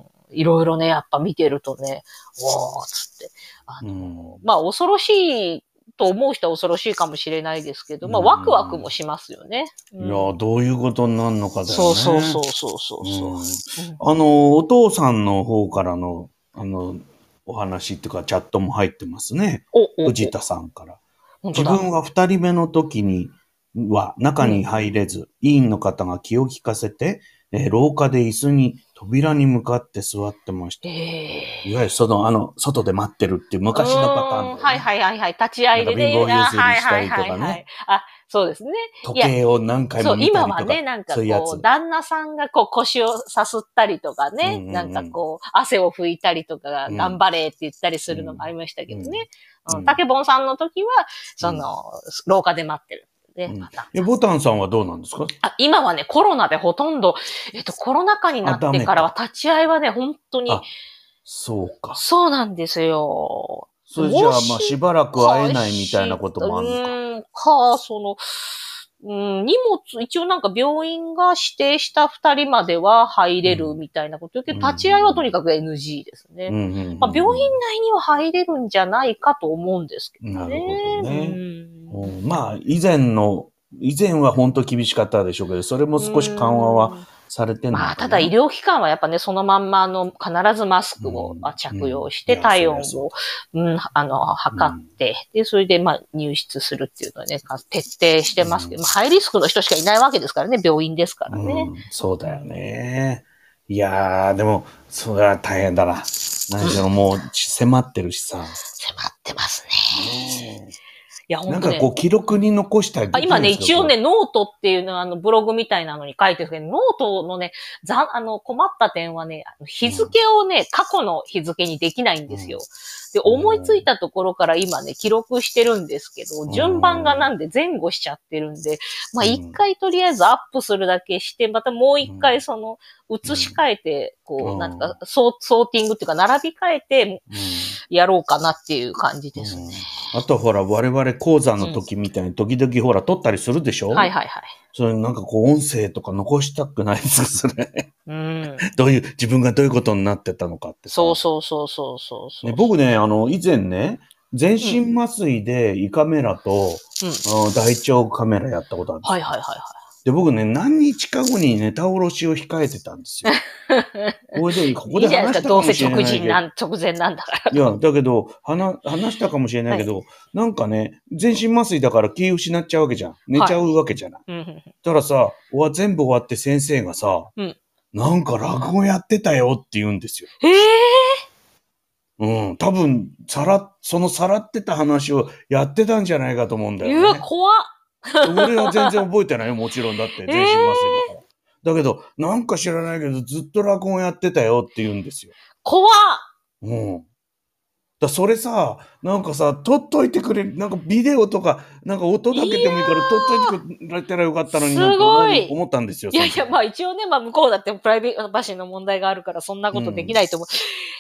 いろいろね、やっぱ見てるとね、おーっつって、あの、うん、まあ、恐ろしい、と思う人は恐ろしいかもしれないですけど、まあ、ワクワクもしますよね。 うん、いや、どういうことになるのかだよね。 そうそうそうそうそう、うんうん。あの、お父さんの方からの、あの、お話っていうか、チャットも入ってますね。おお藤田さんから。自分は二人目の時には中に入れず、うん、委員の方が気を利かせて、えー、廊下で椅子に扉に向かって座ってました。えー、いわゆるその、あの、外で待ってるっていう昔のパターン、ね。 はいはいはいはい。立ち会いでね。 貧乏ゆすりしたりとかね。はいはいはいはい、 あ、そうですね。 時計を何回も見たりとか。 そう、今はね、なんかこう、うう旦那さんがこう腰をさすったりとかね、うんうんうん、なんかこう、汗を拭いたりとか、うん、頑張れって言ったりするのがありましたけどね。うんうん、竹本さんの時は、その、うん、廊下で待ってる。ね、 うん、え、ボタンさんはどうなんですか？ あ、今はね、コロナでほとんど、えっと、コロナ禍になってからは立ち会いはね、本当に。 そうか。 そうなんですよ。 それじゃあ、まあ、しばらく会えないみたいなこともあるのか。 うん、か、その、うん、荷物、一応なんか病院が指定した二人までは入れるみたいなことだけど、立ち会いはとにかく エヌジー ですね。うんうんうん、まあ、病院内には入れるんじゃないかと思うんですけどね。 なるほどね。うん、まあ、以前の、以前は本当厳しかったでしょうけど、それも少し緩和はされてるのかな。まあ、 ただ医療機関はやっぱね、そのまんまの必ずマスクを着用して、体温を、うん、あの、測って、うん、で、それでまあ入室するっていうのはね、徹底してますけど、うん、まあ、ハイリスクの人しかいないわけですからね、病院ですからね。 うん、そうだよね。いやー、でも、それは大変だな。何しろもう迫ってるしさ。 迫ってますね。ねいや、本当ね、なんかこう、記録に残したりあ今ね、一応ね、ノートっていうのは、あの、ブログみたいなのに書いてるけど、ノートのね、ざ、あの、困った点はね、日付をね、うん、過去の日付にできないんですよ。うん、で、思いついたところから今ね、記録してるんですけど、順番がなんで前後しちゃってるんで、まあ、一回とりあえずアップするだけして、またもう一回その、移し替えて、こう、なんか、ソー、ソーティングっていうか、並び替えて、やろうかなっていう感じですね。 うん、あとほら、我々講座の時みたいに時々ほら、撮ったりするでしょ、うん、 はいはいはい。 それなんかこう、音声とか残したくないですか、それ。うん。どういう、自分がどういうことになってたのかって。 そうそうそうそうそうそう、 ね。僕ね、あの、以前ね、全身麻酔で胃カメラと、うん、大腸カメラやったことあるんですよ。 はいはいはいはい。 で、僕ね、何日か後にネタおろしを控えてたんですよ。これで、ここで話したかもしれないけど。いいじゃないですか、どうせ直前なん、直前なんだから。いや、だけど、話、話したかもしれないけど、はい、なんかね、全身麻酔だから気失っちゃうわけじゃん。寝ちゃうわけじゃない。はい、だからさ、全部終わって先生がさ、うん、なんか落語やってたよって言うんですよ。 えーうん。多分、さら、そのさらってた話をやってたんじゃないかと思うんだよね。 うわ、怖っ。 俺は全然覚えてないよ、もちろん。だって、全身麻酔だから。えー、だけど、なんか知らないけど、ずっと落語やってたよって言うんですよ。 怖っ。 うん。だそれさ、なんかさ、撮っといてくれる、なんかビデオとか、なんか音だけでもいいから撮っといてくれたらよかったのになって思, 思ったんですよ。 いやいや、まあ一応ね、まあ向こうだってプライベートバシの問題があるから、そんなことできないと思う。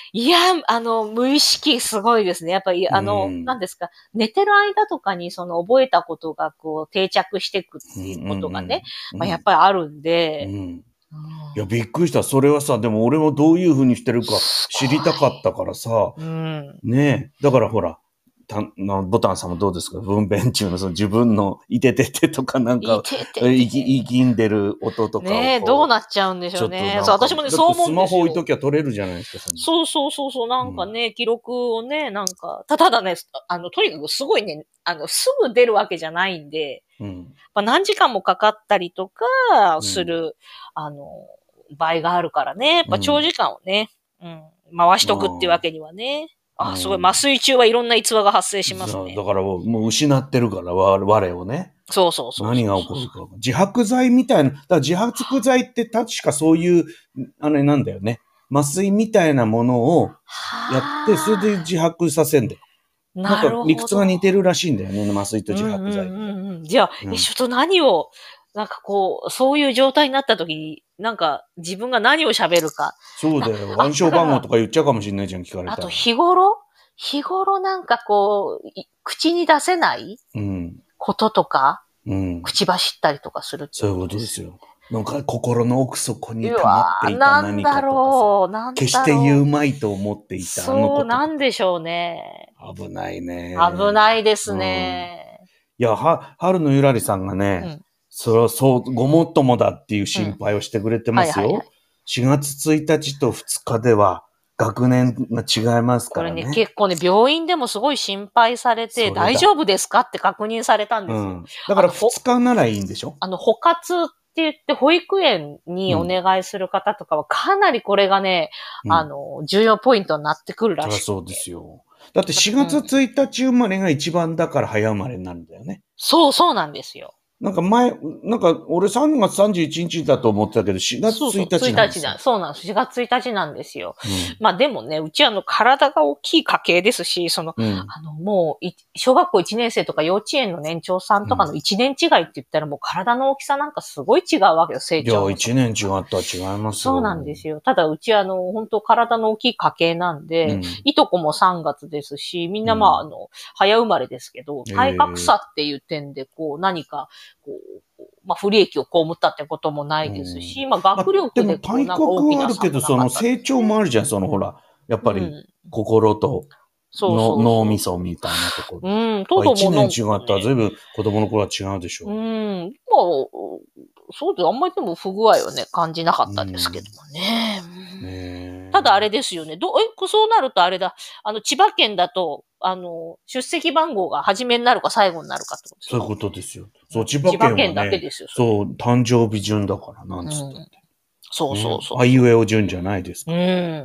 いや、あの、無意識すごいですね。やっぱり、あの、うん、何ですか、寝てる間とかにその覚えたことがこう定着していくっていうことがね、うんうんうん、まあ、やっぱりあるんで、うんうんいや、びっくりした。それはさ、でも俺もどういう風にしてるか知りたかったからさ。うん、ねえ。だからほら、たボタンさんもどうですか分娩中のその自分のいてててとかなんか、いき、いきんでる音とかを。 ねえ、どうなっちゃうんでしょうね。そう、私もね、そう思うんですよ。 スマホ置いときゃ撮れるじゃないですか。 そうそうそうそう、なんかね、うん、記録をね、なんか、ただね、あの、とにかくすごいね、あの、すぐ出るわけじゃないんで、うん、まあ、何時間もかかったりとかする、うん、あの、場合があるからね、やっぱ長時間をね、うん、回しとくっていうわけにはね。あ、すごい、麻酔中はいろんな逸話が発生しますね。 だからもう失ってるから、我をね。 そうそうそうそう。 何が起こるか。自白剤みたいな、だから自白剤って確かそういう、あれなんだよね。麻酔みたいなものをやって、それで自白させんだよ。なんか理屈が似てるらしいんだよね、麻酔と自白剤。 うんうんうん、じゃあ、うん、ちょっと何を、なんかこう、そういう状態になった時に、なんか自分が何を喋るか。 そうだよ。暗証番号とか言っちゃうかもしれないじゃん、聞かれたら。 あと日頃日頃なんかこう、口に出せないこととか、うん、口走ったりとかするってそういうことですよ。なんか心の奥底に溜まっていた何かとかさ。なんだろう、なんだろう。決して言うまいと思っていたあのこと。そうなんでしょうね。 危ないね。 危ないですね。 うん、いや、は、春のゆらりさんがね、うん、それはそう、ごもっともだっていう心配をしてくれてますよ。うんはいはいはい、しがつついたちとふつかでは、学年が違いますからね。 これね、結構ね、病院でもすごい心配されて、大丈夫ですかって確認されたんですよ。うん、 だからふつかならいいんでしょあの、補活って言って保育園にお願いする方とかはかなりこれがね、うん、あの、重要ポイントになってくるらしい。 そうですよ。だってしがつついたち生まれが一番だから早生まれになるんだよね。 そうそうなんですよ。 なんか前、なんか俺さんがつさんじゅういちにちだと思ってたけど、しがつついたちなんですよ。そうそう、ついたちだ。 そうなんです。しがつついたちなんですよ。うん、まあでもね、うちあの体が大きい家系ですし、その、うん、あのもう、小学校いちねん生とか幼稚園の年長さんとかのいちねん違いって言ったらもう体の大きさなんかすごい違うわけよ、成長。 いや、いちねん違ったら違いますよ。 そうなんですよ。ただうちあの、本当体の大きい家系なんで、うん、いとこもさんがつですし、みんなまああの、早生まれですけど、体格差っていう点でこう何か、こう、まあ、不利益を被ったってこともないですし、うん、まあ、学力でこうなんか大きな差もなかった。でも体格はあるけど、その成長もあるじゃん、そのほら、やっぱり、心と、脳みそみたいなところ。うん、とどもいちねん違ったら随分子供の頃は違うでしょう。 うん、まあ、そうで、あんまりでも不具合はね、感じなかったですけどもね。うん、ねただあれですよね。ど、え、そうなるとあれだ。あの、千葉県だと、あの、出席番号が初めになるか最後になるかってことですか？ そういうことですよ。そう、千葉県は、ね、千葉県だけですよ。そそう、誕生日順だから、なんつったって。うん、 そうそうそう。 あいうえお順じゃないですか。 うん、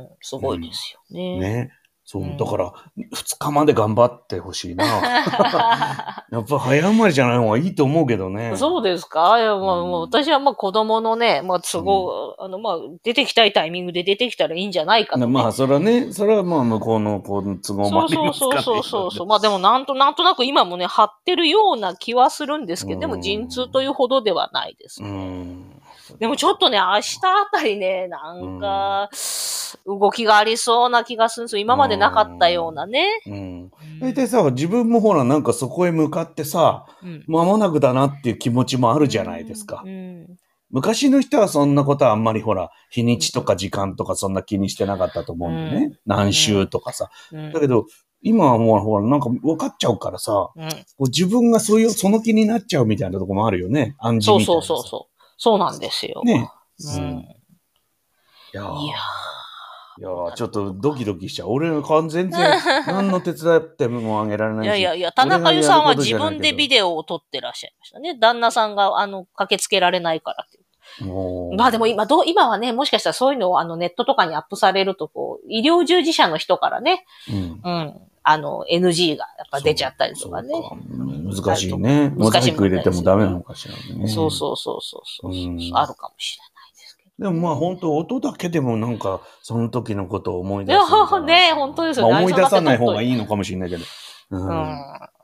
すごいですよね。 うん、ね。そう、うん、だから、ふつかまで頑張ってほしいな。やっぱ早生まれじゃない方がいいと思うけどね。 そうですかいや、まあ、もう私はまあ子供のね、まあ都合、うん、あの、まあ、出てきたいタイミングで出てきたらいいんじゃないかと、ね。 まあ、それはね、それはまあ向こうのこう都合もありますからね。 そうそうそうそう。まあでもなんと、なんとなく今もね、張ってるような気はするんですけど、でも陣痛というほどではないですね。うんでもちょっとね、明日あたりね、なんか、動きがありそうな気がするんですよ。今までなかったようなね。 うん。大体さ、自分もほら、なんかそこへ向かってさ、うん、間もなくだなっていう気持ちもあるじゃないですか。うんうん、昔の人はそんなことはあんまりほら、日にちとか時間とかそんな気にしてなかったと思うんでね。うん、何週とかさ。うん、だけど、今はもうほら、なんか分かっちゃうからさ、うん、こう自分がそういう、その気になっちゃうみたいなとこもあるよね。暗示みたいな。 そうそうそうそう。そうなんですよ。 ね。うん。いやー。いやいやーちょっとドキドキしちゃう。俺は完全然何の手伝ってもあげられないし。 いやいやいや、田中優さんは自分でビデオを撮ってらっしゃいましたね。旦那さんが、あの、駆けつけられないからって。まあでも今どう、今はね、もしかしたらそういうのをあのネットとかにアップされると、こう、医療従事者の人からね、うん。うん、あの、エヌジー がやっぱ出ちゃったりとかね。 か難しいね。難しい。入れてもダメなのかしらね。 そうそうそうそうそう、うん、あるかもしれない。 でもまあ本当音だけでもなんかその時のことを思い出す。 いやね、本当ですよね。 まあ、思い出さない方がいいのかもしれないけど。 うん。うん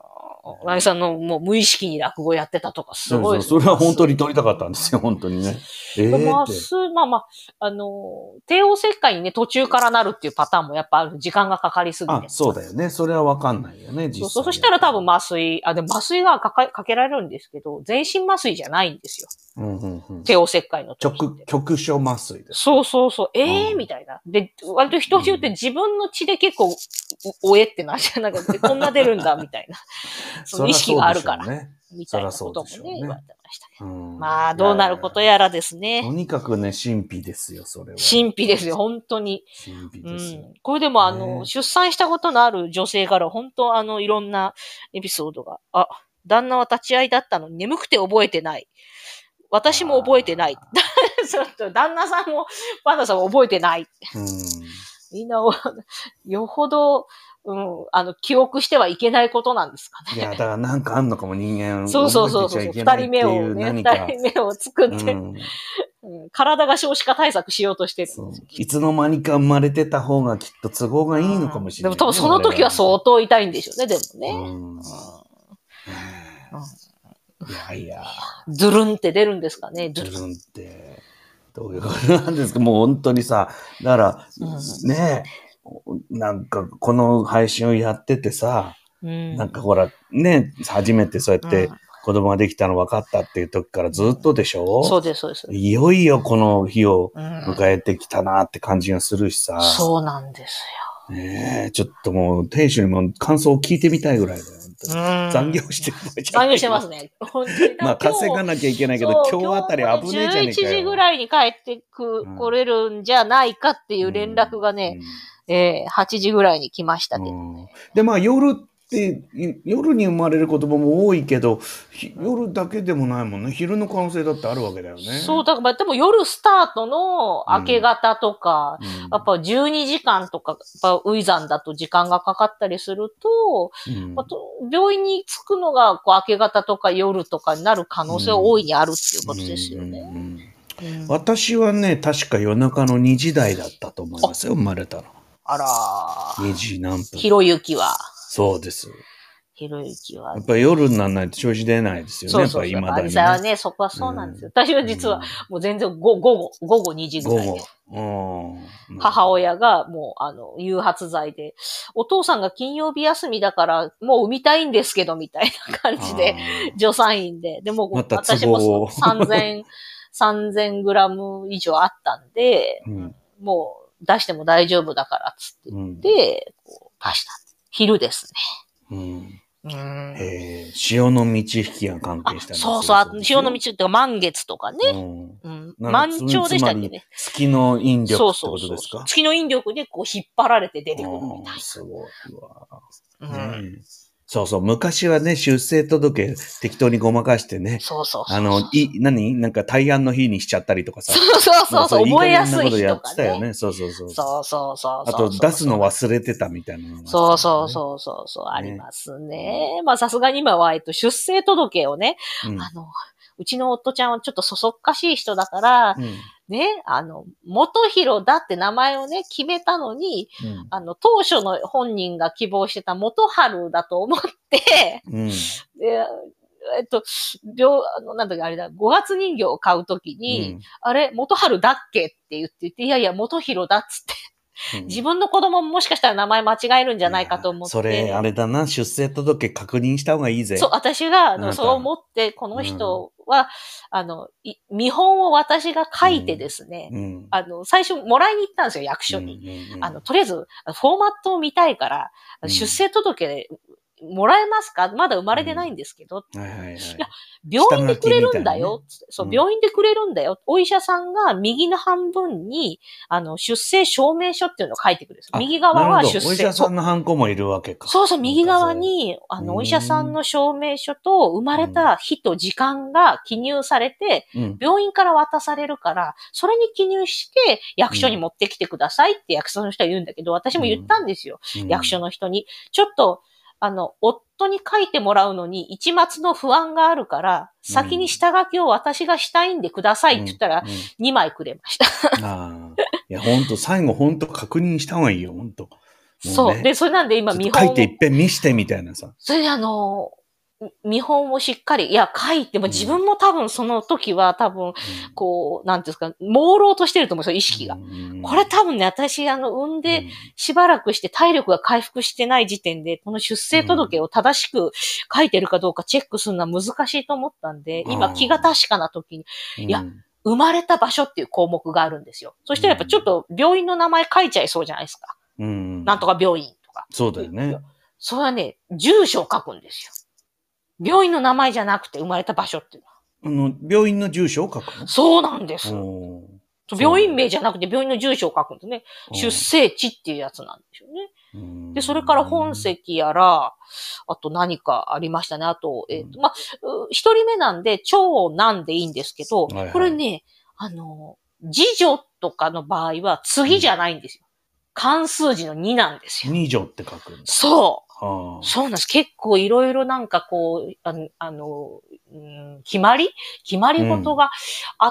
ライさんのもう無意識に落語やってたとか、すごいです、 ね。そうそう、それは本当に撮りたかったんですよ、本当にね。えー、 まあ、まあまあ、あの、帝王切開にね、途中からなるっていうパターンもやっぱある、時間がかかりすぎて。 あ、そうだよね。それはわかんないよね、実際。 そうそう、そしたら多分麻酔、あ、でも麻酔がかかかけられるんですけど、全身麻酔じゃないんですよ。 うんうんうん、 帝王切開の時局、局所麻酔です。 そうそうそう。ええー、みたいな。で、割と人によって自分の血で結構、おえってなっちゃう。なんか、こんな出るんだ、みたいな。その意識があるから。ね、みたいなこともね、ね言われてましたけど。まあ、どうなることやらですね。 とにかくね、神秘ですよ、それは。 神秘ですよ、本当に。 神秘ですよ。うん、 これでも、あの、ね、出産したことのある女性から、本当、あの、いろんなエピソードが。あ、旦那は立ち会いだったのに眠くて覚えてない。私も覚えてない。ちょっと、旦那さんも、パンダさんも覚えてない。うん、みんな、よほど、うん、あの、記憶してはいけないことなんですかね。 いや、だからなんかあんのかも、人間。 そうそうそうそう。二人目をね、二人目を作って、うんうん、体が少子化対策しようとしてるんですよ。 いつの間にか生まれてた方がきっと都合がいいのかもしれない、ね。 でも多分その時は相当痛いんでしょうね、でもね。うんいやいや。 ズルンって出るんですかね、 ズルンって。どういうことなんですか、もう本当にさ、だから、うん、ねえ、なんかこの配信をやっててさ、うん、なんかほら、ね、初めてそうやって子供ができたの分かったっていう時からずっとでしょ、うん、 そうです、そうです。 いよいよこの日を迎えてきたなって感じがするしさ。うん、 そうなんですよ。ねえ、ちょっともう、店主にも感想を聞いてみたいぐらいだよ。残業してる場合じゃない。残業してますね。本当に。 まあ稼がなきゃいけないけど、今日あたり危ねえじゃねえかよ。 じゅういちじぐらいに帰ってく、来れるんじゃないかっていう連絡がね、うん、えー、はちじぐらいに来ましたけどね。 うん、で、まあ夜って、夜に生まれる子供も多いけど、夜だけでもないもんね。昼の可能性だってあるわけだよね。 そう、だからでも夜スタートの明け方とか、うん、やっぱじゅうにじかんとか、やっぱウィザンだと時間がかかったりすると、うん、あと病院に着くのがこう明け方とか夜とかになる可能性は大いにあるっていうことですよね。 私はね、確か夜中のにじ台だったと思いますよ、生まれたら。 あらー。 にじ何分。 ひろゆきは。 そうです。 ひろゆきは。 やっぱり夜にならないと調子出ないですよね。そうそうそう、やっぱ今だに、ね。 実際はね、そこはそうなんですよ。うん、私は実はもう全然午後、午後にじぐらいで。母親がもうあの、誘発剤で、お父さんが金曜日休みだからもう産みたいんですけど、みたいな感じで、助産院で。でも、ま、私もさんぜん、さんぜんグラム以上あったんで、うん、もう出しても大丈夫だからっつって言って、うん、こう出した。昼ですね。 うんうん、えー、潮の満ち引きが関係したんですそうそう、潮の満ちっていうか満月とかね。うん。満潮でしたっけね。 月の引力ってことですか？そうそうそう。 月の引力でこう引っ張られて出てくるみたいな。 すごいわ。うん。そうそう。昔はね、出生届適当にごまかしてね。 そうそうそう。 あの、い、何なんか大安の日にしちゃったりとかさ。 そうそうそうそう。覚えやすい日とか、ね。 やってたよね。そうそうそう。 そうそうそう。 あと、出すの忘れてたみたいなの、ね。 そうそうそうそうそう。ありますね。まあ、さすがに今は、えっと、出生届をね、うん、あの、うちの夫ちゃんはちょっとそそっかしい人だから、うんね、あの、元弘だって名前をね、決めたのに、うん、あの、当初の本人が希望してた元春だと思って、うん、でえっと、病、あの、なんだっけ、あれだ、五月人形を買うときに、うん、あれ、元春だっけって言って言って、いやいや、元弘だっつって。自分の子供ももしかしたら名前間違えるんじゃないかと思って。 それ、あれだな、出生届確認した方がいいぜ。 そう、私が、あの、そう思って、この人は、うん、あの、見本を私が書いてですね、うん、あの、最初もらいに行ったんですよ、役所に。うんうんうん、あの、とりあえず、フォーマットを見たいから、うん、出生届で、もらえますか？まだ生まれてないんですけど。うんはいはいはい、いや病院でくれるんだよ、ねそう。病院でくれるんだよ。お医者さんが右の半分に、あの、出生証明書っていうのを書いてくるんです。右側は出生。 お医者さんのハンコもいるわけか。 そうそう、右側に、あの、お医者さんの証明書と生まれた日と時間が記入されて、うん、病院から渡されるから、それに記入して役所に持ってきてくださいって役所の人は言うんだけど、私も言ったんですよ。うん、役所の人に。ちょっと、あの、夫に書いてもらうのに一末の不安があるから、先に下書きを私がしたいんでくださいって言ったら、にまいくれました。 うんうん、ああ。いや、ほんと、最後ほんと確認した方がいいよ、ほんと。 ね、そう。で、それなんで今見本書いていっぺん見してみたいなさ。 それであの、 見本をしっかり、いや、書いても自分も多分その時は多分、こう、なんていうんですか、朦朧としてると思うんですよ、意識が。これ多分ね、私、あの、産んでしばらくして体力が回復してない時点で、この出生届を正しく書いてるかどうかチェックするのは難しいと思ったんで、今気が確かな時に、いや、生まれた場所っていう項目があるんですよ。そしたらやっぱちょっと病院の名前書いちゃいそうじゃないですか。なんとか病院とか。 そうだよね。 それはね、住所を書くんですよ。病院の名前じゃなくて生まれた場所っていうのは。あの、病院の住所を書くの？ そうなんです。病院名じゃなくて病院の住所を書くんですね。出生地っていうやつなんですよね。で、それから本籍やら、あと何かありましたね。あと、えっ、ー、と、まあ、一人目なんで長男でいいんですけど、はいはい、これね、あの、次女とかの場合は次じゃないんですよ。うん、漢数字のになんですよ。 二女って書くんだ。 そう。はあ、そうなんです。結構いろいろなんかこう、あの、あのうん、決まり決まり事があって、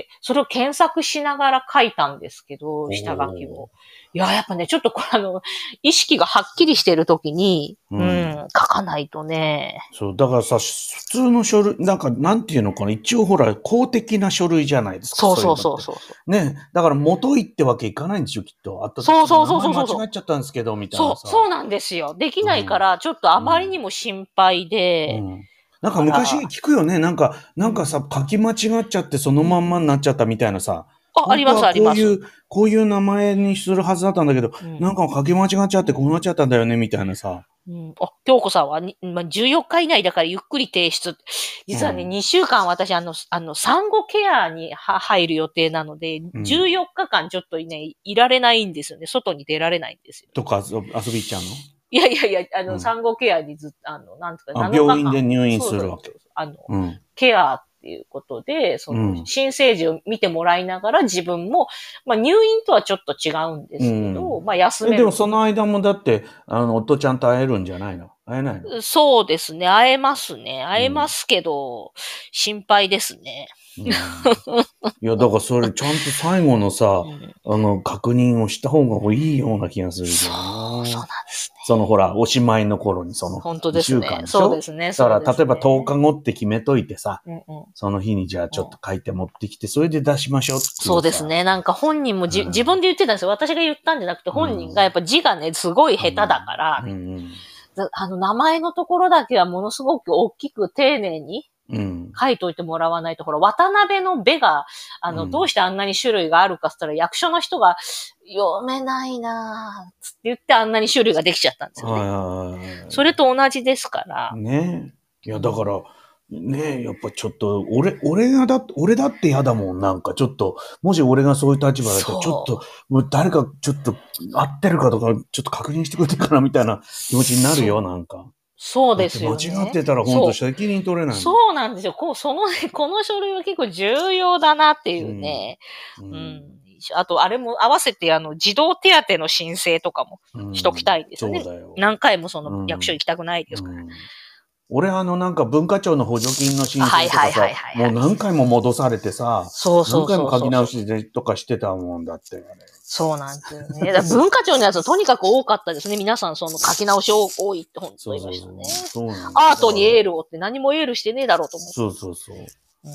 うん、それを検索しながら書いたんですけど、下書きを。いや、やっぱね、ちょっとこれあの、意識がはっきりしてるときに、うん、うん、書かないとね。 そう、だからさ、普通の書類、なんか、なんていうのかな、一応ほら、公的な書類じゃないですか。 そうそうそうそう。 ね。だから元いってわけいかないんでしょ、きっと。あと、 そうそうそうそう。 間違っちゃったんですけど、みたいなさ。 そう、そうなんですよ。できないから、ちょっとあまりにも心配で。 うんうん、なんか昔聞くよね。なんか、なんかさ、書き間違っちゃってそのまんまになっちゃったみたいなさ。 あ、ありますあります。 こういう、こういう名前にするはずだったんだけど、うん、なんか書き間違っちゃってこうなっちゃったんだよね、みたいなさ。 うん、あ、京子さんはに、まあ、じゅうよっか以内だからゆっくり提出。実はね、うん、にしゅうかん私、あの、あの、産後ケアに入る予定なので、うん、じゅうよっかかんちょっとね、いられないんですよね。外に出られないんですよ。 とか、遊び行っちゃうの？ いやいやいや、あの、うん、産後ケアにずっと、あの、なんですか、 なのかかん病院で入院するわけ。 そうそうそうあの、うん、ケアっていうことで、その、新生児を見てもらいながら自分も、まあ入院とはちょっと違うんですけど、うん、まあ休める。 でもその間もだって、あの、夫ちゃんと会えるんじゃないの？会えないの？ そうですね。会えますね。会えますけど、うん、心配ですね。 うん、いや、だからそれちゃんと最後のさ、うん、あの、確認をした方がいいような気がするけどな。 そう、そうなんですね。 そのほら、おしまいの頃にその、 本当ですね。 いっしゅうかんでしょ？ そうですね。 だから、例えばとおかごって決めといてさ、 うんうん、 その日にじゃあちょっと書いて持ってきて、それで出しましょうっていう。 そうですね。なんか本人もじ、うん、自分で言ってたんですよ。私が言ったんじゃなくて、本人がやっぱ字がね、すごい下手だから、うんうんうんあの、名前のところだけはものすごく大きく丁寧に書いといてもらわないと、うん、ほら、渡辺のべが、あの、うん、どうしてあんなに種類があるかって言ったら、役所の人が読めないなぁ、つって言ってあんなに種類ができちゃったんですよね。それと同じですから。 ねえ。いや、だから、ねえ、やっぱちょっと、俺、俺がだ、俺だって嫌だもん、なんかちょっと、もし俺がそういう立場だったら、ちょっと、もう誰かちょっと合ってるかとか、ちょっと確認してくれてからみたいな気持ちになるよ、なんか。 そうですよね。 間違ってたら本当責任取れない。 そうなんですよ。こう、そのね、この書類は結構重要だなっていうね。うん。うん、あと、あれも合わせて、あの、児童手当の申請とかもしときたいんですよね。うん、そうだよ。何回もその役所行きたくないですから。うんうん俺あのなんか文化庁の補助金の申請とかさ、もう何回も戻されてさ、そうそうそうそう何回も書き直しでとかしてたもんだって。 そうなんですよね。だ文化庁のやつとにかく多かったですね。皆さんその書き直し多いって本当言いましたね。そうそうそうアートにエールをって何もエールしてねえだろうと思って。 そうそうそう。うん、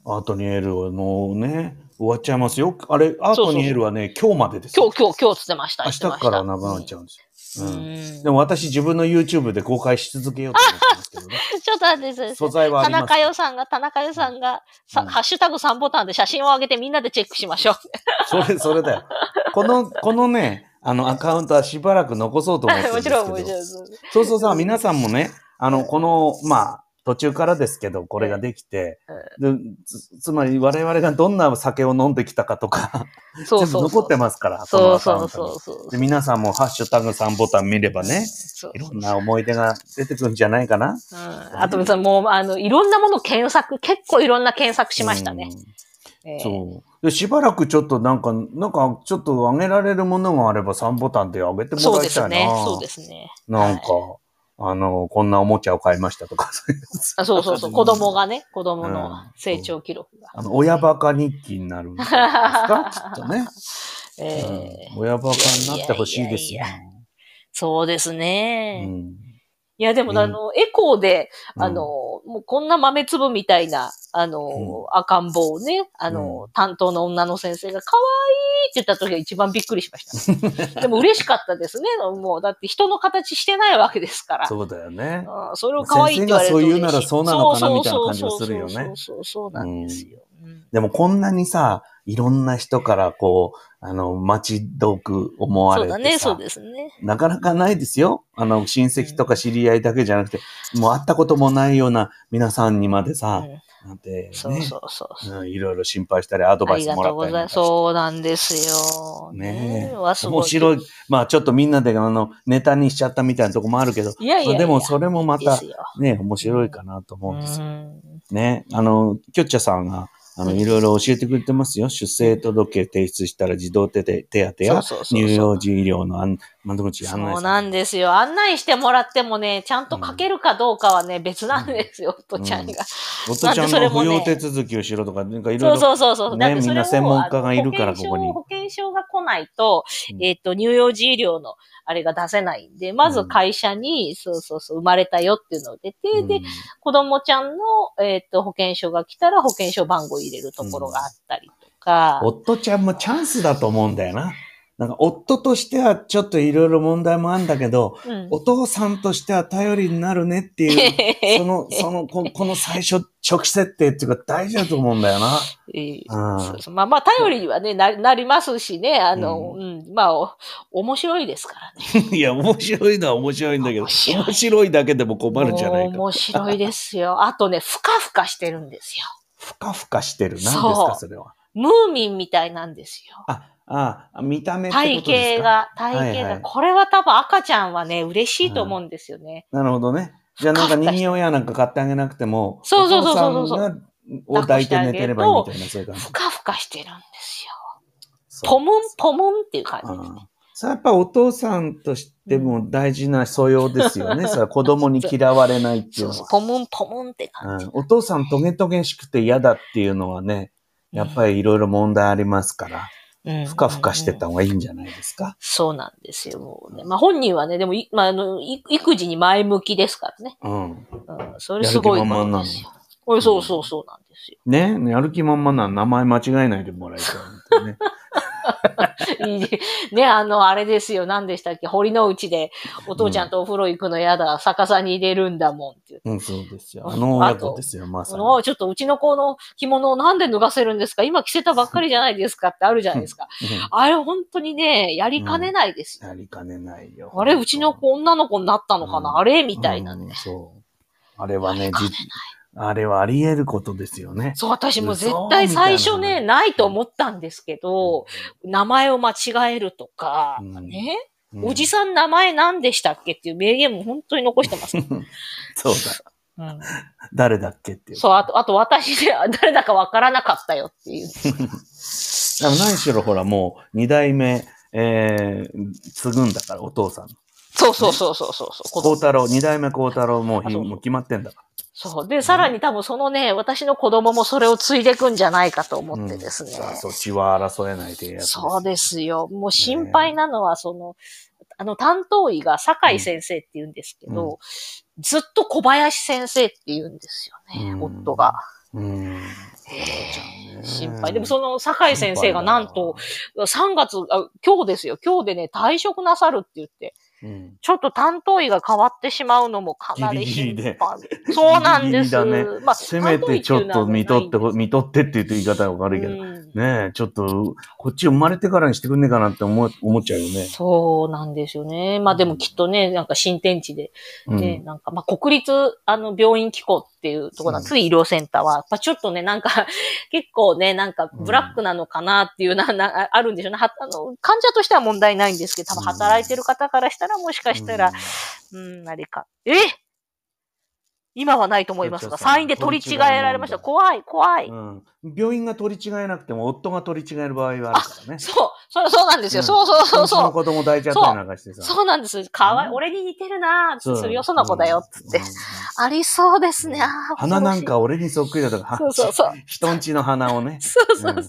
アートにエールはもうね、終わっちゃいますよ。あれ、アートにエールはね、そうそうそう今日までですよ。 今日、今日、今日つってました。 明日からなくなっちゃうんですよ。うんうん、でも私自分の YouTube で公開し続けようと思ってますけどね。 ちょっと待ってください。 素材はあります。 田中代さんが、田中代さんが、うん、ハッシュタグさんボタンで写真を上げてみんなでチェックしましょう。 それ、それだよ。この、このね、あのアカウントはしばらく残そうと思ってるんですけど。もちろん、もちろん。そうそうさ、皆さんもね、あの、この、まあ、途中からですけど、これができて、で つ, つまり我々がどんな酒を飲んできたかとか、そうそうそう全部残ってますから、 そうそうそうそうで皆さんもハッシュタグさんボタン見ればね、いろんな思い出が出てくるんじゃないかな。 うん、あともう、あの、いろんなもの検索、結構いろんな検索しましたね。 えー、そうで。しばらくちょっとなんか、なんかちょっと上げられるものがあればさんボタンで上げてもらいたいな。 そうですね。そうですね。 なんか、はいあの、こんなおもちゃを買いましたとか。 あそうそうそう。子供がね、子供の成長記録が。 うん、あの、親バカ日記になるんですかきっとね。 えーうん、親バカになってほしいですよ。いやいやいやそうですね。うんいや、でも、あの、エコーで、あの、もうこんな豆粒みたいな、あの、赤ん坊をね、あの、担当の女の先生が、可愛いって言った時が一番びっくりしました。でも嬉しかったですね。もう、だって人の形してないわけですから。 そうだよね。 それを可愛いって言われると先生がそう言うならそうなのかなみたいな感じがするよね。 そうそうそう、そうなんですよ。 でもこんなにさ、いろんな人からこう、あの、待ち遠く思われてさ。 そうだね、そうですね。 なかなかないですよ。あの、親戚とか知り合いだけじゃなくて、うん、もう会ったこともないような皆さんにまでさ、うん、なんて、ね、 そうそうそう、 うん。いろいろ心配したり、アドバイスもらったり。ありがとうございます。 そうなんですよ。 ねえ。面白い。まあちょっとみんなであの、ネタにしちゃったみたいなとこもあるけど、いやいやいや、まあ、でもそれもまた、ね、面白いかなと思うんですよ。うん、ね。あの、きょっちゃさんが、あの、いろいろ教えてくれてますよ。出生届提出したら児童手当や乳幼児医療の窓口案内。 そうなんですよ。案内してもらってもね、ちゃんと書けるかどうかはね、うん、別なんですよ、おとちゃんが。 おとちゃんの扶養手続きをしろとか、なんかいろいろ。 そうそうそう。 ね、みんな専門家がいるから、ここに。 保険証が来ないと、えっと、乳幼児医療のあれが出せないんで、まず会社に、うん、そうそうそう、生まれたよっていうのを出て、うん、で、子供ちゃんの、えっと、保険証が来たら保険証番号入れるところがあったりとか。 うん、夫ちゃんもチャンスだと思うんだよな。なんか夫としてはちょっといろいろ問題もあるんだけど、うん、お父さんとしては頼りになるねっていう、その、そのこ、この最初、初期設定っていうか大事だと思うんだよな。 えーうん、そうそうまあまあ頼りにはねな、なりますしね、あの、うん、うん、まあ、面白いですからね。 いや、面白いのは面白いんだけど、面白い、面白いだけでも困るんじゃないか。 面白いですよ。あとね、ふかふかしてるんですよ。 ふかふかしてる。何ですか、それは。 ムーミンみたいなんですよ。 あああ、見た目ってことですか？ 体型が、体型が、はいはい、これは多分赤ちゃんはね、嬉しいと思うんですよね。 なるほどね。じゃあなんか人形やなんか買ってあげなくても、 そうそうそうそうそう。 お父さんがを抱いて寝てればいいみたいな、そういう感じ。 ふかふかしてるんですよ。ポムンポムンっていう感じですね。 それやっぱお父さんとしても大事な素養ですよね。うん、それは子供に嫌われないっていうのは。そうそうポムンポムンって感じ、 うん。お父さんトゲトゲしくて嫌だっていうのはね、やっぱりいろいろ問題ありますから。うん、ふかふかしてた方がいいんじゃないですか、うんうんうん、 そうなんですよ。もうね、まあ本人はね、でも、まああの、育児に前向きですからね。うん。うん、それすごいことですよ。うん、そうそうそうなんですよ。 ね、やる気満々な名前間違えないでもらいたいね。 いいね、あの、あれですよ。何でしたっけ？堀之内で、お父ちゃんとお風呂行くのやだ、逆さに入れるんだもんって言って。 うん、そうですよ。あの親子ですよ、まさに。 ちょっとうちの子の着物をなんで脱がせるんですか？今着せたばっかりじゃないですかってあるじゃないですか。あれ本当にね、やりかねないですよ。 うん、やりかねないよ。 あれ、うちの子女の子になったのかな、うん、あれみたいなね、うん。 そう。あれはね、あれはあり得ることですよね。 そう、私も絶対最初ね、ないと思ったんですけど、うん、名前を間違えるとか、うん、ね、うん、おじさん名前何でしたっけっていう名言も本当に残してます。 そうだ。うん、誰だっけっていう。 そう、あと、あと私で誰だかわからなかったよっていう。 でも何しろほらもう二代目、えー、継ぐんだからお父さん。 そうそうそうそうそう。 孝太郎、二代目孝太郎もうもう決まってんだから。 そう。で、さらに多分そのね、私の子供もそれを継いでいくんじゃないかと思ってですね。 うん、そう、血は争えないっていうやつです。 そうですよ。もう心配なのは、その、あの、担当医が酒井先生って言うんですけど、うん、ずっと小林先生って言うんですよね、うん、夫が。うんえー、心配。でもその酒井先生がなんと、さんがつあ、今日ですよ。今日でね、退職なさるって言って、うん、ちょっと担当医が変わってしまうのもかなり心配。ギリギリでそうなんです。ギリギリだね。 まあ、せめてちょっと見とって、見とってって言うと言い方が悪いけど、うん、ねえ、ちょっと、こっち生まれてからにしてくんねえかなって思思っちゃうよね。 そうなんですよね。まあでもきっとね、なんか新天地で、ね、うん、なんか、まあ国立、あの、病院機構っていうところなんです、うん、医療センターは。やっぱちょっとね、なんか、結構ね、なんかブラックなのかなっていうな、な、あるんでしょうね。は、あの、患者としては問題ないんですけど、多分働いてる方からしたらもしかしたら、うん、うん、あれか。え今はないと思いますが、サインで取り違えられました。怖い、怖い、うん。 病院が取り違えなくても、夫が取り違える場合はあるからね。 そう、そう、そうなんですよ。うん、そうそうそうそう。 うちの子供抱いちゃったりなんかしてさ。 そうなんです。かわいい、うん、俺に似てるなぁ。そう、よその子だよ。つって、うん。ありそうですね。あ鼻なんか俺にそっくりだとか、 そうそうそう。 人んちの鼻をね。 そうそうそう。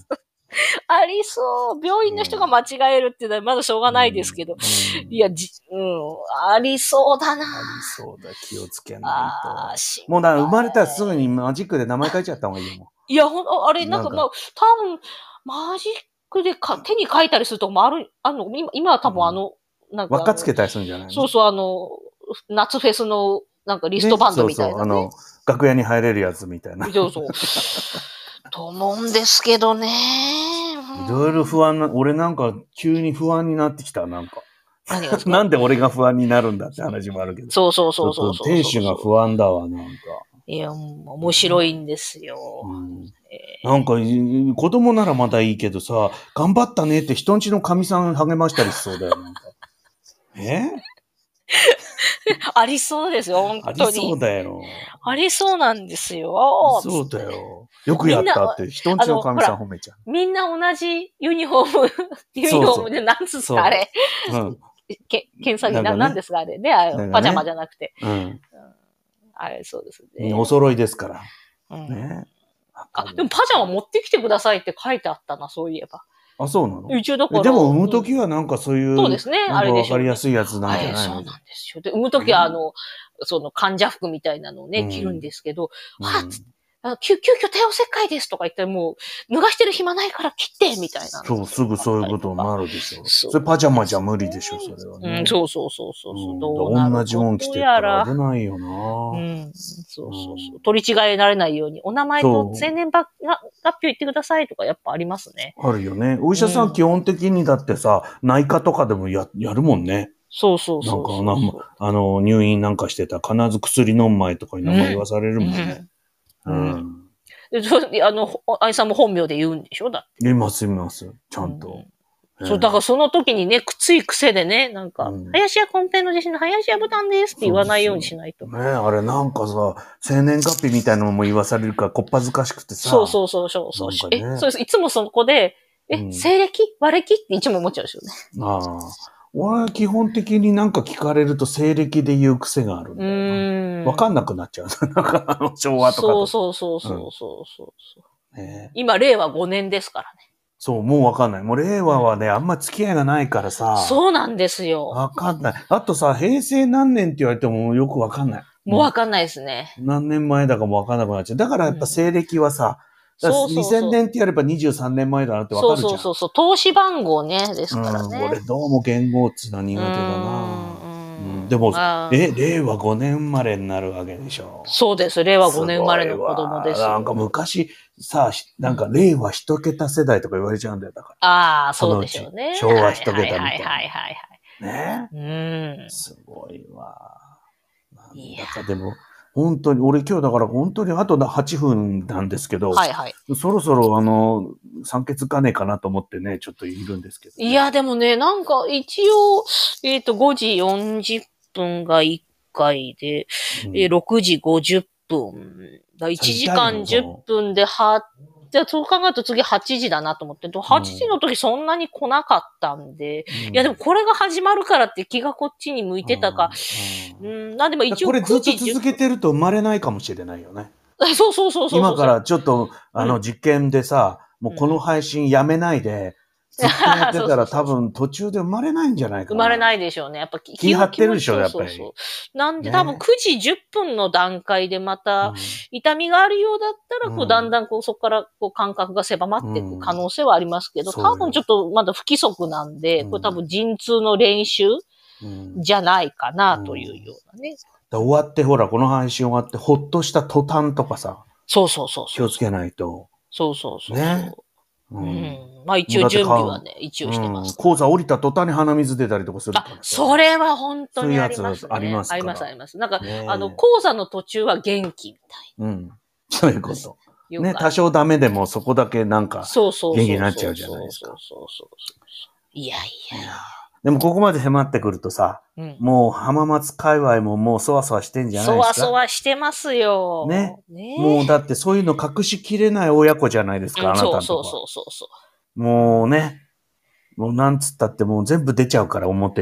ありそう。病院の人が間違えるっていうのはまだしょうがないですけど。うんうん、いや、じ、うん、ありそうだな。ありそうだ。気をつけないと。もうだから生まれたらすぐにマジックで名前書いちゃった方がいいよ、もう。いや、ほんあれ、なんかまあ、多分、マジックでか手に書いたりするとこもある、あの、今今は多分あの、 うん、なんか。輪っかつけたりするんじゃないの？ そうそう、あの、夏フェスの、なんかリストバンドみたいな、ね。 ね、そうそう、あの、楽屋に入れるやつみたいな。 そうそう。と思うんですけどね。 いろいろ不安な、俺なんか急に不安になってきた、なんか。 何がですか？ なんで俺が不安になるんだって話もあるけど。 そうそうそうそうそう。 店主が不安だわ、なんか。 いや、面白いんですよ。 うんえー、なんか、子供ならまだいいけどさ、頑張ったねって人んちの神さん励ましたりしそうだよ、なんか。えありそうですよ、本当に。 ありそうだよ。 ありそうなんですよ。 そうだよ。よくやったって人んちの神さん褒めちゃう。 みんな同じユニフォーム、ユニフォームで何つったあれ。うん。け、検査着な、なんですかあれね。パジャマじゃなくて。うん。あれ、そうですね。 お揃いですから。うん。ね。 あ、でもパジャマ持ってきてくださいって書いてあったな、そういえば。 あ、そうなの？ 一応だから。 でも産むときはなんかそういう。 そうですね、あれでしょ。 わかりやすいやつなんじゃないの？ そうなんですよ。で、産むときはあの、その患者服みたいなのをね、着るんですけど、はっ急、急遽帝王切開ですとか言ってもう、脱がしてる暇ないから切ってみたいな。 そう、すぐそういうことになるでしょ。それパジャマじゃ無理でしょ、それはね。 うん、そうそうそうそう。 うん、どうなる同じもん着てたら危ないよな。 うん、そうそうそう。取り違えられないように、お名前と生年月日言ってくださいとかやっぱありますね。 あるよね。お医者さん基本的にだってさ、うん、内科とかでもや、やるもんね。 そうそうそうそう。 なんか、あの、入院なんかしてたら必ず薬飲む前とかに名前言わされるもんね。うん。うんうんで、あの、愛さんも本名で言うんでしょだって。 言います、言います。ちゃんと。 うん、そう、だからその時にね、くつい癖でね、なんか、うん、林家コンペの弟子の林家ボタンですって言わないようにしないと。 ねえ、あれなんかさ、生年月日みたいなのも言わされるから、こっぱずかしくてさ。 そうそうそうそうそう、ね。え、そうです。いつもそこで、え、うん、西暦和暦っていつも思っちゃうんですよね。 ああ。俺は基本的になんか聞かれると西暦で言う癖があるんだよな。うんわかんなくなっちゃう。なんかあの昭和とかと。 そうそうそうそうそうそう、うんね、今、令和ごねんですからね。 そう、もうわかんない。もう令和はね、あんま付き合いがないからさ。 そうなんですよ。 わかんない。あとさ、平成何年って言われてもよくわかんない。 もうわかんないですね。 何年前だかもわかんなくなっちゃう。だからやっぱ西暦はさ、うん、そうそうそうにせんねんってやればにじゅうさんねんまえだなってわかるじゃん。 そうそうそう。投資番号ね、ですからね。 うん、俺どうも元号っつうのは苦手だな。うん、でも、え、令和ごねん生まれになるわけでしょ。 そうです。令和ごねん生まれの子供です。 なんか昔さ、なんか令和一桁世代とか言われちゃうんだよ。だから。 ああ、そうでしょうね。 昭和一桁みたいな。 はいはいはいはい。 ねうん。 すごいわ。なんだかでも、本当に、俺今日だから本当にあとはちふんなんですけど、 はいはい。 そろそろあの、酸欠かねえかなと思ってね、ちょっといるんですけど、ね。 いや、でもね、なんか一応、えっと、ごじよんじゅっぷんがいっかいで、うん、えろくじごじゅっぷん。だいちじかんじゅっぷんでは、じゃあそう考えると次はちじだなと思って、はちじの時そんなに来なかったんで、うん、いやでもこれが始まるからって気がこっちに向いてたか、うん、うん、なんでも一応これずっと続けてると生まれないかもしれないよね。 そうそうそうそう。 今からちょっと、あの、実験でさ、うん、もうこの配信やめないで、ずっとやってたら多分途中で生まれないんじゃないかな。 生まれないでしょうね。やっぱ気張ってるでしょ、やっぱり。そうそうそうなんで、ね、多分くじじゅっぷんの段階でまた痛みがあるようだったら、こうだんだんこうそこからこう感覚が狭まっていく可能性はありますけど、うん、多分ちょっとまだ不規則なんで、これ多分陣痛の練習じゃないかなというようなね。 うんうん、終わってほら、この配信終わってほっとした途端とかさ。 そうそうそうそう。 気をつけないと。 そうそうそうそう。 ね。 うん。うん、まあ一応準備はね、一応してます。 講座降りた途端に鼻水出たりとかするから。 あ、それは本当にありますね。 そういうやつありますかありますあります。なんか、ね、あの、講座の途中は元気みたいな。うん。そういうこと。ね、多少ダメでもそこだけなんか、元気になっちゃうじゃないですか。 そうそうそうそう。いやいや。いやでもここまで迫ってくるとさ、うん、もう浜松界隈ももうそわそわしてんじゃないですか。 そわそわしてますよ。 ね。ねもうだってそういうの隠しきれない親子じゃないですか、うん、あなたのとこは。 そうそうそうそう。 もうね、もうなんつったってもう全部出ちゃうから表に。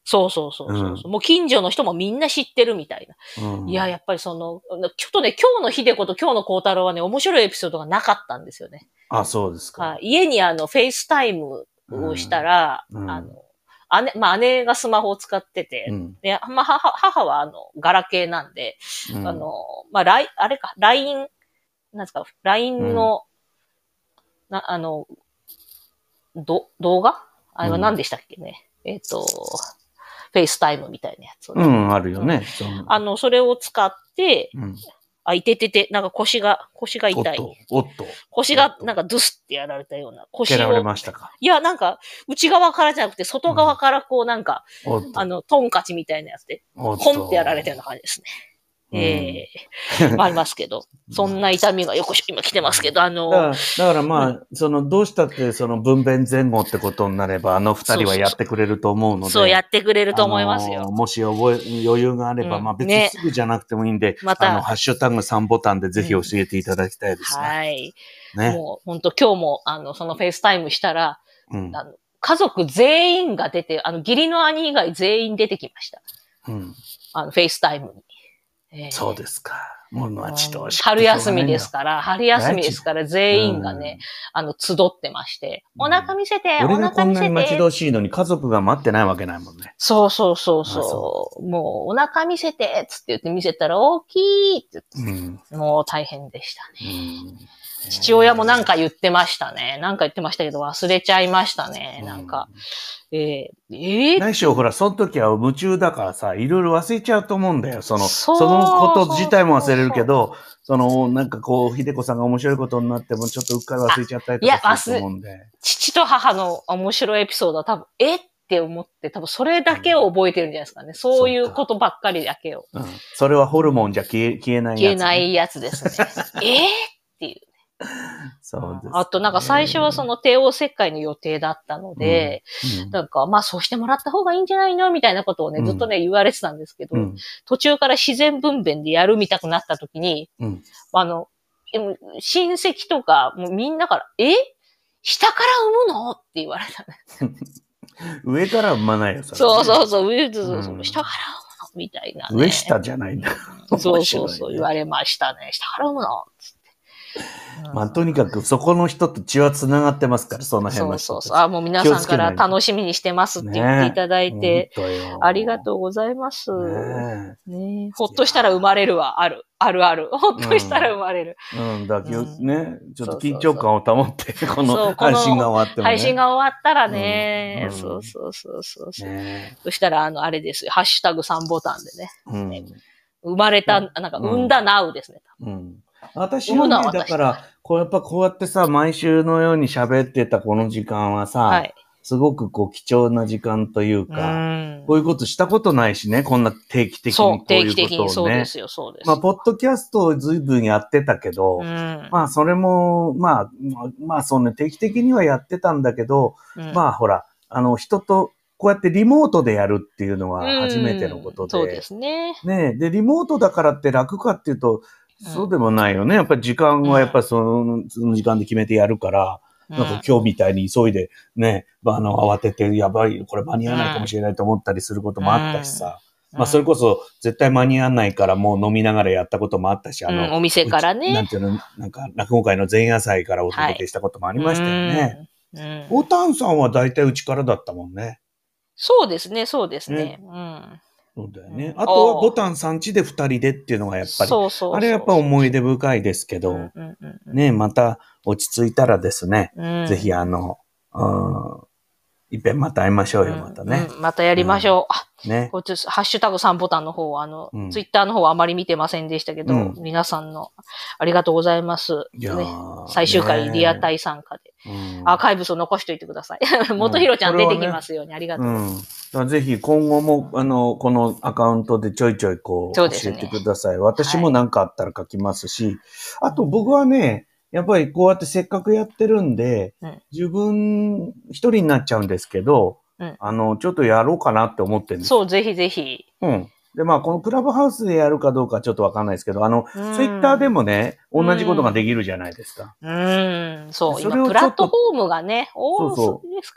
そうそうそうそう、うん、もう近所の人もみんな知ってるみたいな。うん、いや、やっぱりその、ちょっとね、今日の秀子と今日の孝太郎はね、面白いエピソードがなかったんですよね。 あ、そうですか。 はい、家にあの、フェイスタイムをしたら、うん、あの、姉、まあ姉がスマホを使ってて、うん、で、まあ母、母はあの、ガラケーなんで、うん、あの、まあ、ライ、あれか、ライン、なんですか、ライン の、うん、な、あの、ど、動画あれは何でしたっけね。うん、えっと、フェイスタイムみたいなやつをね。うん、あるよね。 うん、あの、それを使って、うん、あ、いててて、なんか腰が、腰が痛い。 おっと、おっと。 腰がなんかドゥスってやられたような。腰を。 蹴られましたか？ いや、なんか、内側からじゃなくて、外側からこうなんか、うん、あの、トンカチみたいなやつで、ポンってやられたような感じですね。ええー、まあ、ありますけど、そんな痛みがよこし、今来てますけど、あの、 だから、だからまあ、うん、その、どうしたって、その分娩前後ってことになれば、あの二人はやってくれると思うので。 そう、やってくれると思いますよ。 もし覚え、余裕があれば、うん、まあ別にすぐじゃなくてもいいんで、ね、また、あの、ハッシュタグさんボタンでぜひ教えていただきたいですね。 うん、はい。ね。もう、本当今日も、あの、そのフェイスタイムしたら、うん、あの家族全員が出て、あの、義理の兄以外全員出てきました。うん。あの、フェイスタイムに。 えー、そうですか。もう待ち遠しい。 春休みですから、春休みですから全員がね、うん、あの、集ってまして、お腹見せて、うん、お腹見せて。 俺がこんなに待ち遠しいのに家族が待ってないわけないもんね。 そうそうそうそう。そうもう、お腹見せて、つって言って見せたら大きいって言って、うん、もう大変でしたね。うん父親もなんか言ってましたね。なんか言ってましたけど忘れちゃいましたね。なんか。うん、えー、えー、 何しろほら、その時は夢中だからさ、いろいろ忘れちゃうと思うんだよ。その、そ, そのこと自体も忘れるけど、その、なんかこう、秀子さんが面白いことになってもちょっとうっかり忘れちゃったりとかすると思うんで。いや、 父と母の面白いエピソードは多分、えって思って、多分それだけを覚えてるんじゃないですかね。うん、そういうことばっかりだけを。 うん。それはホルモンじゃ消え、消えないやつ、ね。 消えないやつですね。えーっていう。 そうです、ね。 あとなんか最初はその帝王切開の予定だったので、うんうん、なんかまあそうしてもらった方がいいんじゃないのみたいなことをね、うん、ずっとね言われてたんですけど、うん、途中から自然分娩でやるみたくなった時に、うん、あの、親戚とかもうみんなから、え下から産むのって言われたね。 上から産まないよ、 それ、ね。そうそうそう、上、うん、下から産むのみたいな、ね。 上下じゃないんだ。 そうそうそう、言われましたね。下から産むのつって。 まあ、とにかくそこの人と血は繋がってますから、その辺の人。 そうそうそう。あ、もう皆さんから楽しみにしてますって言っていただいて、ね、ありがとうございます。ねねほっとしたら生まれるはある。あるある。ほっとしたら生まれる。 うん、うん、だけどね、ちょっと緊張感を保って、この配信が終わっても、ね。 配信が終わったらね、うん、そうそうそうそうそう、ね。そしたら、あの、あれですよ。ハッシュタグさんボタンでね。うん、生まれた、なんか、産んだなうですね。 うんうん私はね、だから、こうやっぱこうやってさ、毎週のように喋ってたこの時間はさ、はい、すごくこう貴重な時間というか、うこういうことしたことないしね、こんな定期的にこういうことをね。そう、定期的にそうですよ、そうです。 まあ、ポッドキャストを随分やってたけど、まあ、それも、まあ、まあ、そうね、定期的にはやってたんだけど、うん、まあ、ほら、あの、人と、こうやってリモートでやるっていうのは初めてのことで。 そうですね。 ねで、リモートだからって楽かっていうと、そうでもないよね。やっぱり時間はやっぱりその、その時間で決めてやるから、うん、なんか今日みたいに急いでね、あの、慌ててやばい、これ間に合わないかもしれないと思ったりすることもあったしさ。うん、まあそれこそ絶対間に合わないからもう飲みながらやったこともあったし、あの、 うん、お店からね。 なんていうの、なんか落語会の前夜祭からお届けしたこともありましたよね。はい、うん。ボタンさんは大体うちからだったもんね。 そうですね、そうですね。ねうん。 そうだよね。あとはボタンさんちで二人でっていうのがやっぱり、そうそうそうそうあれやっぱ思い出深いですけど、うんうんうんうん、ね、また落ち着いたらですね、うん、ぜひあの、うん、いっぺんまた会いましょうよ、またね。 うんうん、またやりましょう。うん、ね。こっちハッシュタグさんボタンの方は、あの、うん、ツイッターの方はあまり見てませんでしたけど、うん、皆さんのありがとうございます。いやね、最終回リアタイ参加で、うん。アーカイブスを残しておいてください。元弘ちゃん出てきますように、ね、ありがとう。 うん、ぜひ今後も、あの、このアカウントでちょいちょいこう、教えてください。ね、私も何かあったら書きますし、はい、あと僕はね、やっぱりこうやってせっかくやってるんで、うん、自分一人になっちゃうんですけど、うん、あの、ちょっとやろうかなって思ってるんです。 そう、ぜひぜひ。 うん。で、まあ、このクラブハウスでやるかどうかちょっとわかんないですけど、あの、ツイッターでもね、同じことができるじゃないですか。 うん、うんそう。それを今、プラットフォームがね、多そうですから。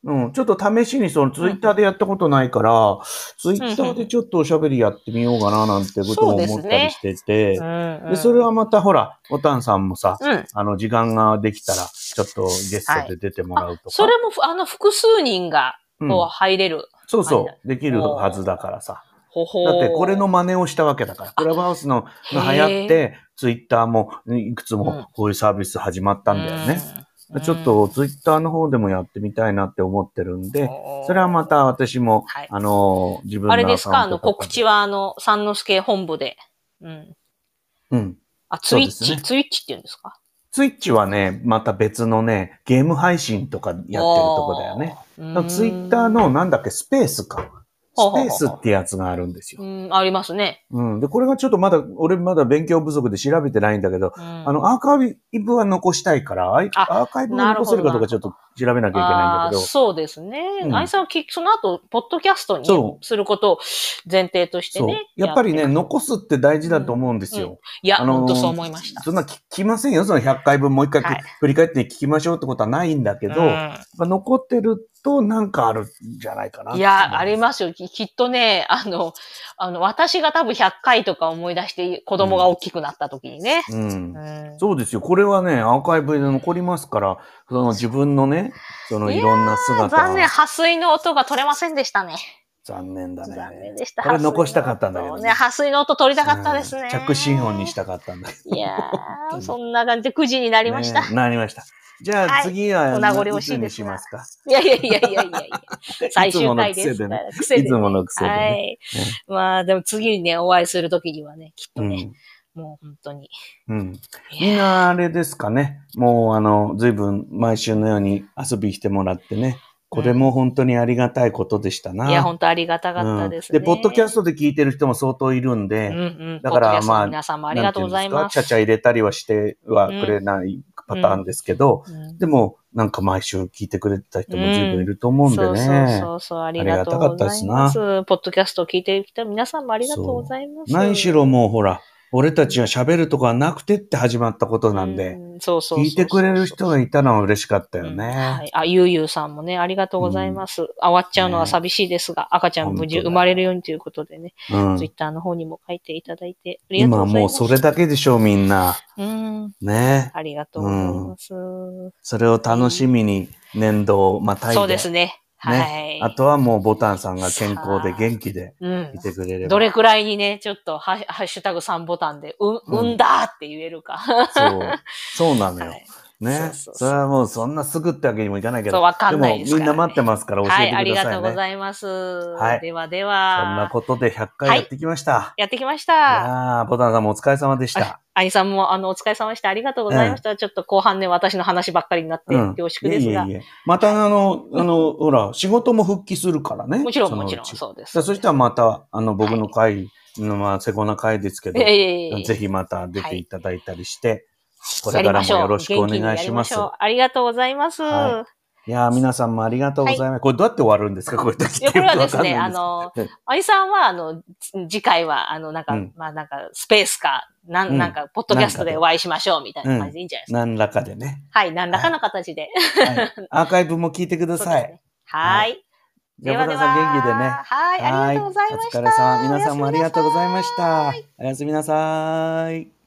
うん、ちょっと試しにそのツイッターでやったことないから、うん、ツイッターでちょっとおしゃべりやってみようかななんてことも思ったりしてて、そで、ねうんうん、でそれはまたほら、ボタンさんもさ、うん、あの、時間ができたら、ちょっとゲストで出てもらうとか。はい、 それも、あの、複数人が、こう、入れる、うん。 そうそう、できるはずだからさ。ほほだってこれの真似をしたわけだから。クラブハウスのが流行って、ツイッターもいくつもこういうサービス始まったんだよね。うん、ちょっとツイッターの方でもやってみたいなって思ってるんで、それはまた私も、はい、あの、自分のあれですかあの、告知はあの、三之助本部で。うん。 うん。 あ、ツイッチ、ね、ツイッチって言うんですかツイッチはね、また別のね、ゲーム配信とかやってるとこだよね。ツイッターのなんだっけ、スペースか。スペースってやつがあるんですよ。 うん、ありますね。 うん。で、これがちょっとまだ、俺まだ勉強不足で調べてないんだけど、うん、あの、アーカイブは残したいから、アーカイブは残せるかどうかちょっと調べなきゃいけないんだけど。 そうですね。うん、あいさんはその後、ポッドキャストにすることを前提としてね。 やっぱりね、残すって大事だと思うんですよ。うんうん、 いや、あのー、本当そう思いました。 そんな聞きませんよ。そのひゃっかいぶんもう一回、はい、振り返って聞きましょうってことはないんだけど、うん、やっぱ残ってるとなんかあるんじゃないかな。 いや、ありますよ。きっとね、あの、あの、私が多分ひゃっかいとか思い出して子供が大きくなった時にね。 うん。うん、そうですよ。これはね、アーカイブで残りますから、その自分のね、そのいろんな姿。 残念、破水の音が取れませんでしたね。 残念だね。 残念でした。 これ残したかったんだけどね。破水の音取りたかったですね。 着信音にしたかったんだけど。いやー、そんな感じでくじになりました。 ね、なりました。じゃあ次は、お名残惜しいです。しますか。 いやいやいやいやいやいや最終回ですから。 癖でね。いつもの癖でね。 はい。まあでも次にね、お会いするときにはね、きっとね、うん、もう本当に。 うん。みんなあれですかね。もうあの、随分毎週のように遊びしてもらってね。これも本当にありがたいことでしたな。 いや、本当ありがたかったですね、 うん。で、ポッドキャストで聞いてる人も相当いるんで、うんうん、 だからまあ、皆さんもありがとうございます。 ちゃちゃ入れたりはしてはくれないパターンですけど、うんうん、でも、なんか毎週聞いてくれてた人も随分いると思うんでね。うん、 そうそうそう、ありがとうございます。ポッドキャストを聞いてきた皆さんもありがとうございます。 何しろもうほら、俺たちは喋るとこはなくてって始まったことなんで、聞いてくれる人がいたのは嬉しかったよね。うん、はい。 あ、ゆうゆうさんもね、ありがとうございます。うん、終わっちゃうのは寂しいですが、ね、赤ちゃん無事生まれるようにということでね、うん、ツイッターの方にも書いていただいて、ありがとうございます。 今もうそれだけでしょう、みんな。 うん。 ね。 ありがとうございます。うん、 それを楽しみに年度をまたいで。 そうですね。 ね、 はい。 あとはもうボタンさんが健康で元気でいてくれれば。うん、 どれくらいにね、ちょっとハッハッシュタグさんボタンで、う、うん、うんだって言えるか。 そう。そうなのよ。はい、ねそうそうそう。それはもうそんなすぐってわけにもいかないけど。そう、わかんないですから、ね。でもみんな待ってますから教えてくださいね。はい、ありがとうございます。はい。ではでは。 そんなことでひゃっかいやってきました。はい、 やってきました。 いやー、ボタンさんもお疲れ様でした。 兄さんも、あの、お疲れ様でした。ありがとうございました。うん、ちょっと後半ね、私の話ばっかりになって、恐縮ですが。 いえいえいえまた、あの、あの、ほら、仕事も復帰するからね。 もちろん、もちろん、そうです。 そしたらまた、あの、僕の会の、まあ、セコな会ですけど、ぜひまた出ていただいたりして、これからもよろしくお願いします。 ありがとうございます。 いやー、皆さんもありがとうございます。これどうやって終わるんですかこういう時って。 これはですね、あの、あいさんは、あの、次回は、あの、なんか、まあなんか、スペースか、なん、なんか、ポッドキャストでお会いしましょうみたいな感じでいいんじゃないですか。 何らかでね。 はい、何らかの形で。 アーカイブも聞いてください。 はい。 じゃあ、ボタンさん元気でね。 はい、ありがとうございました。 お疲れ様。皆さんもありがとうございました。おやすみなさい。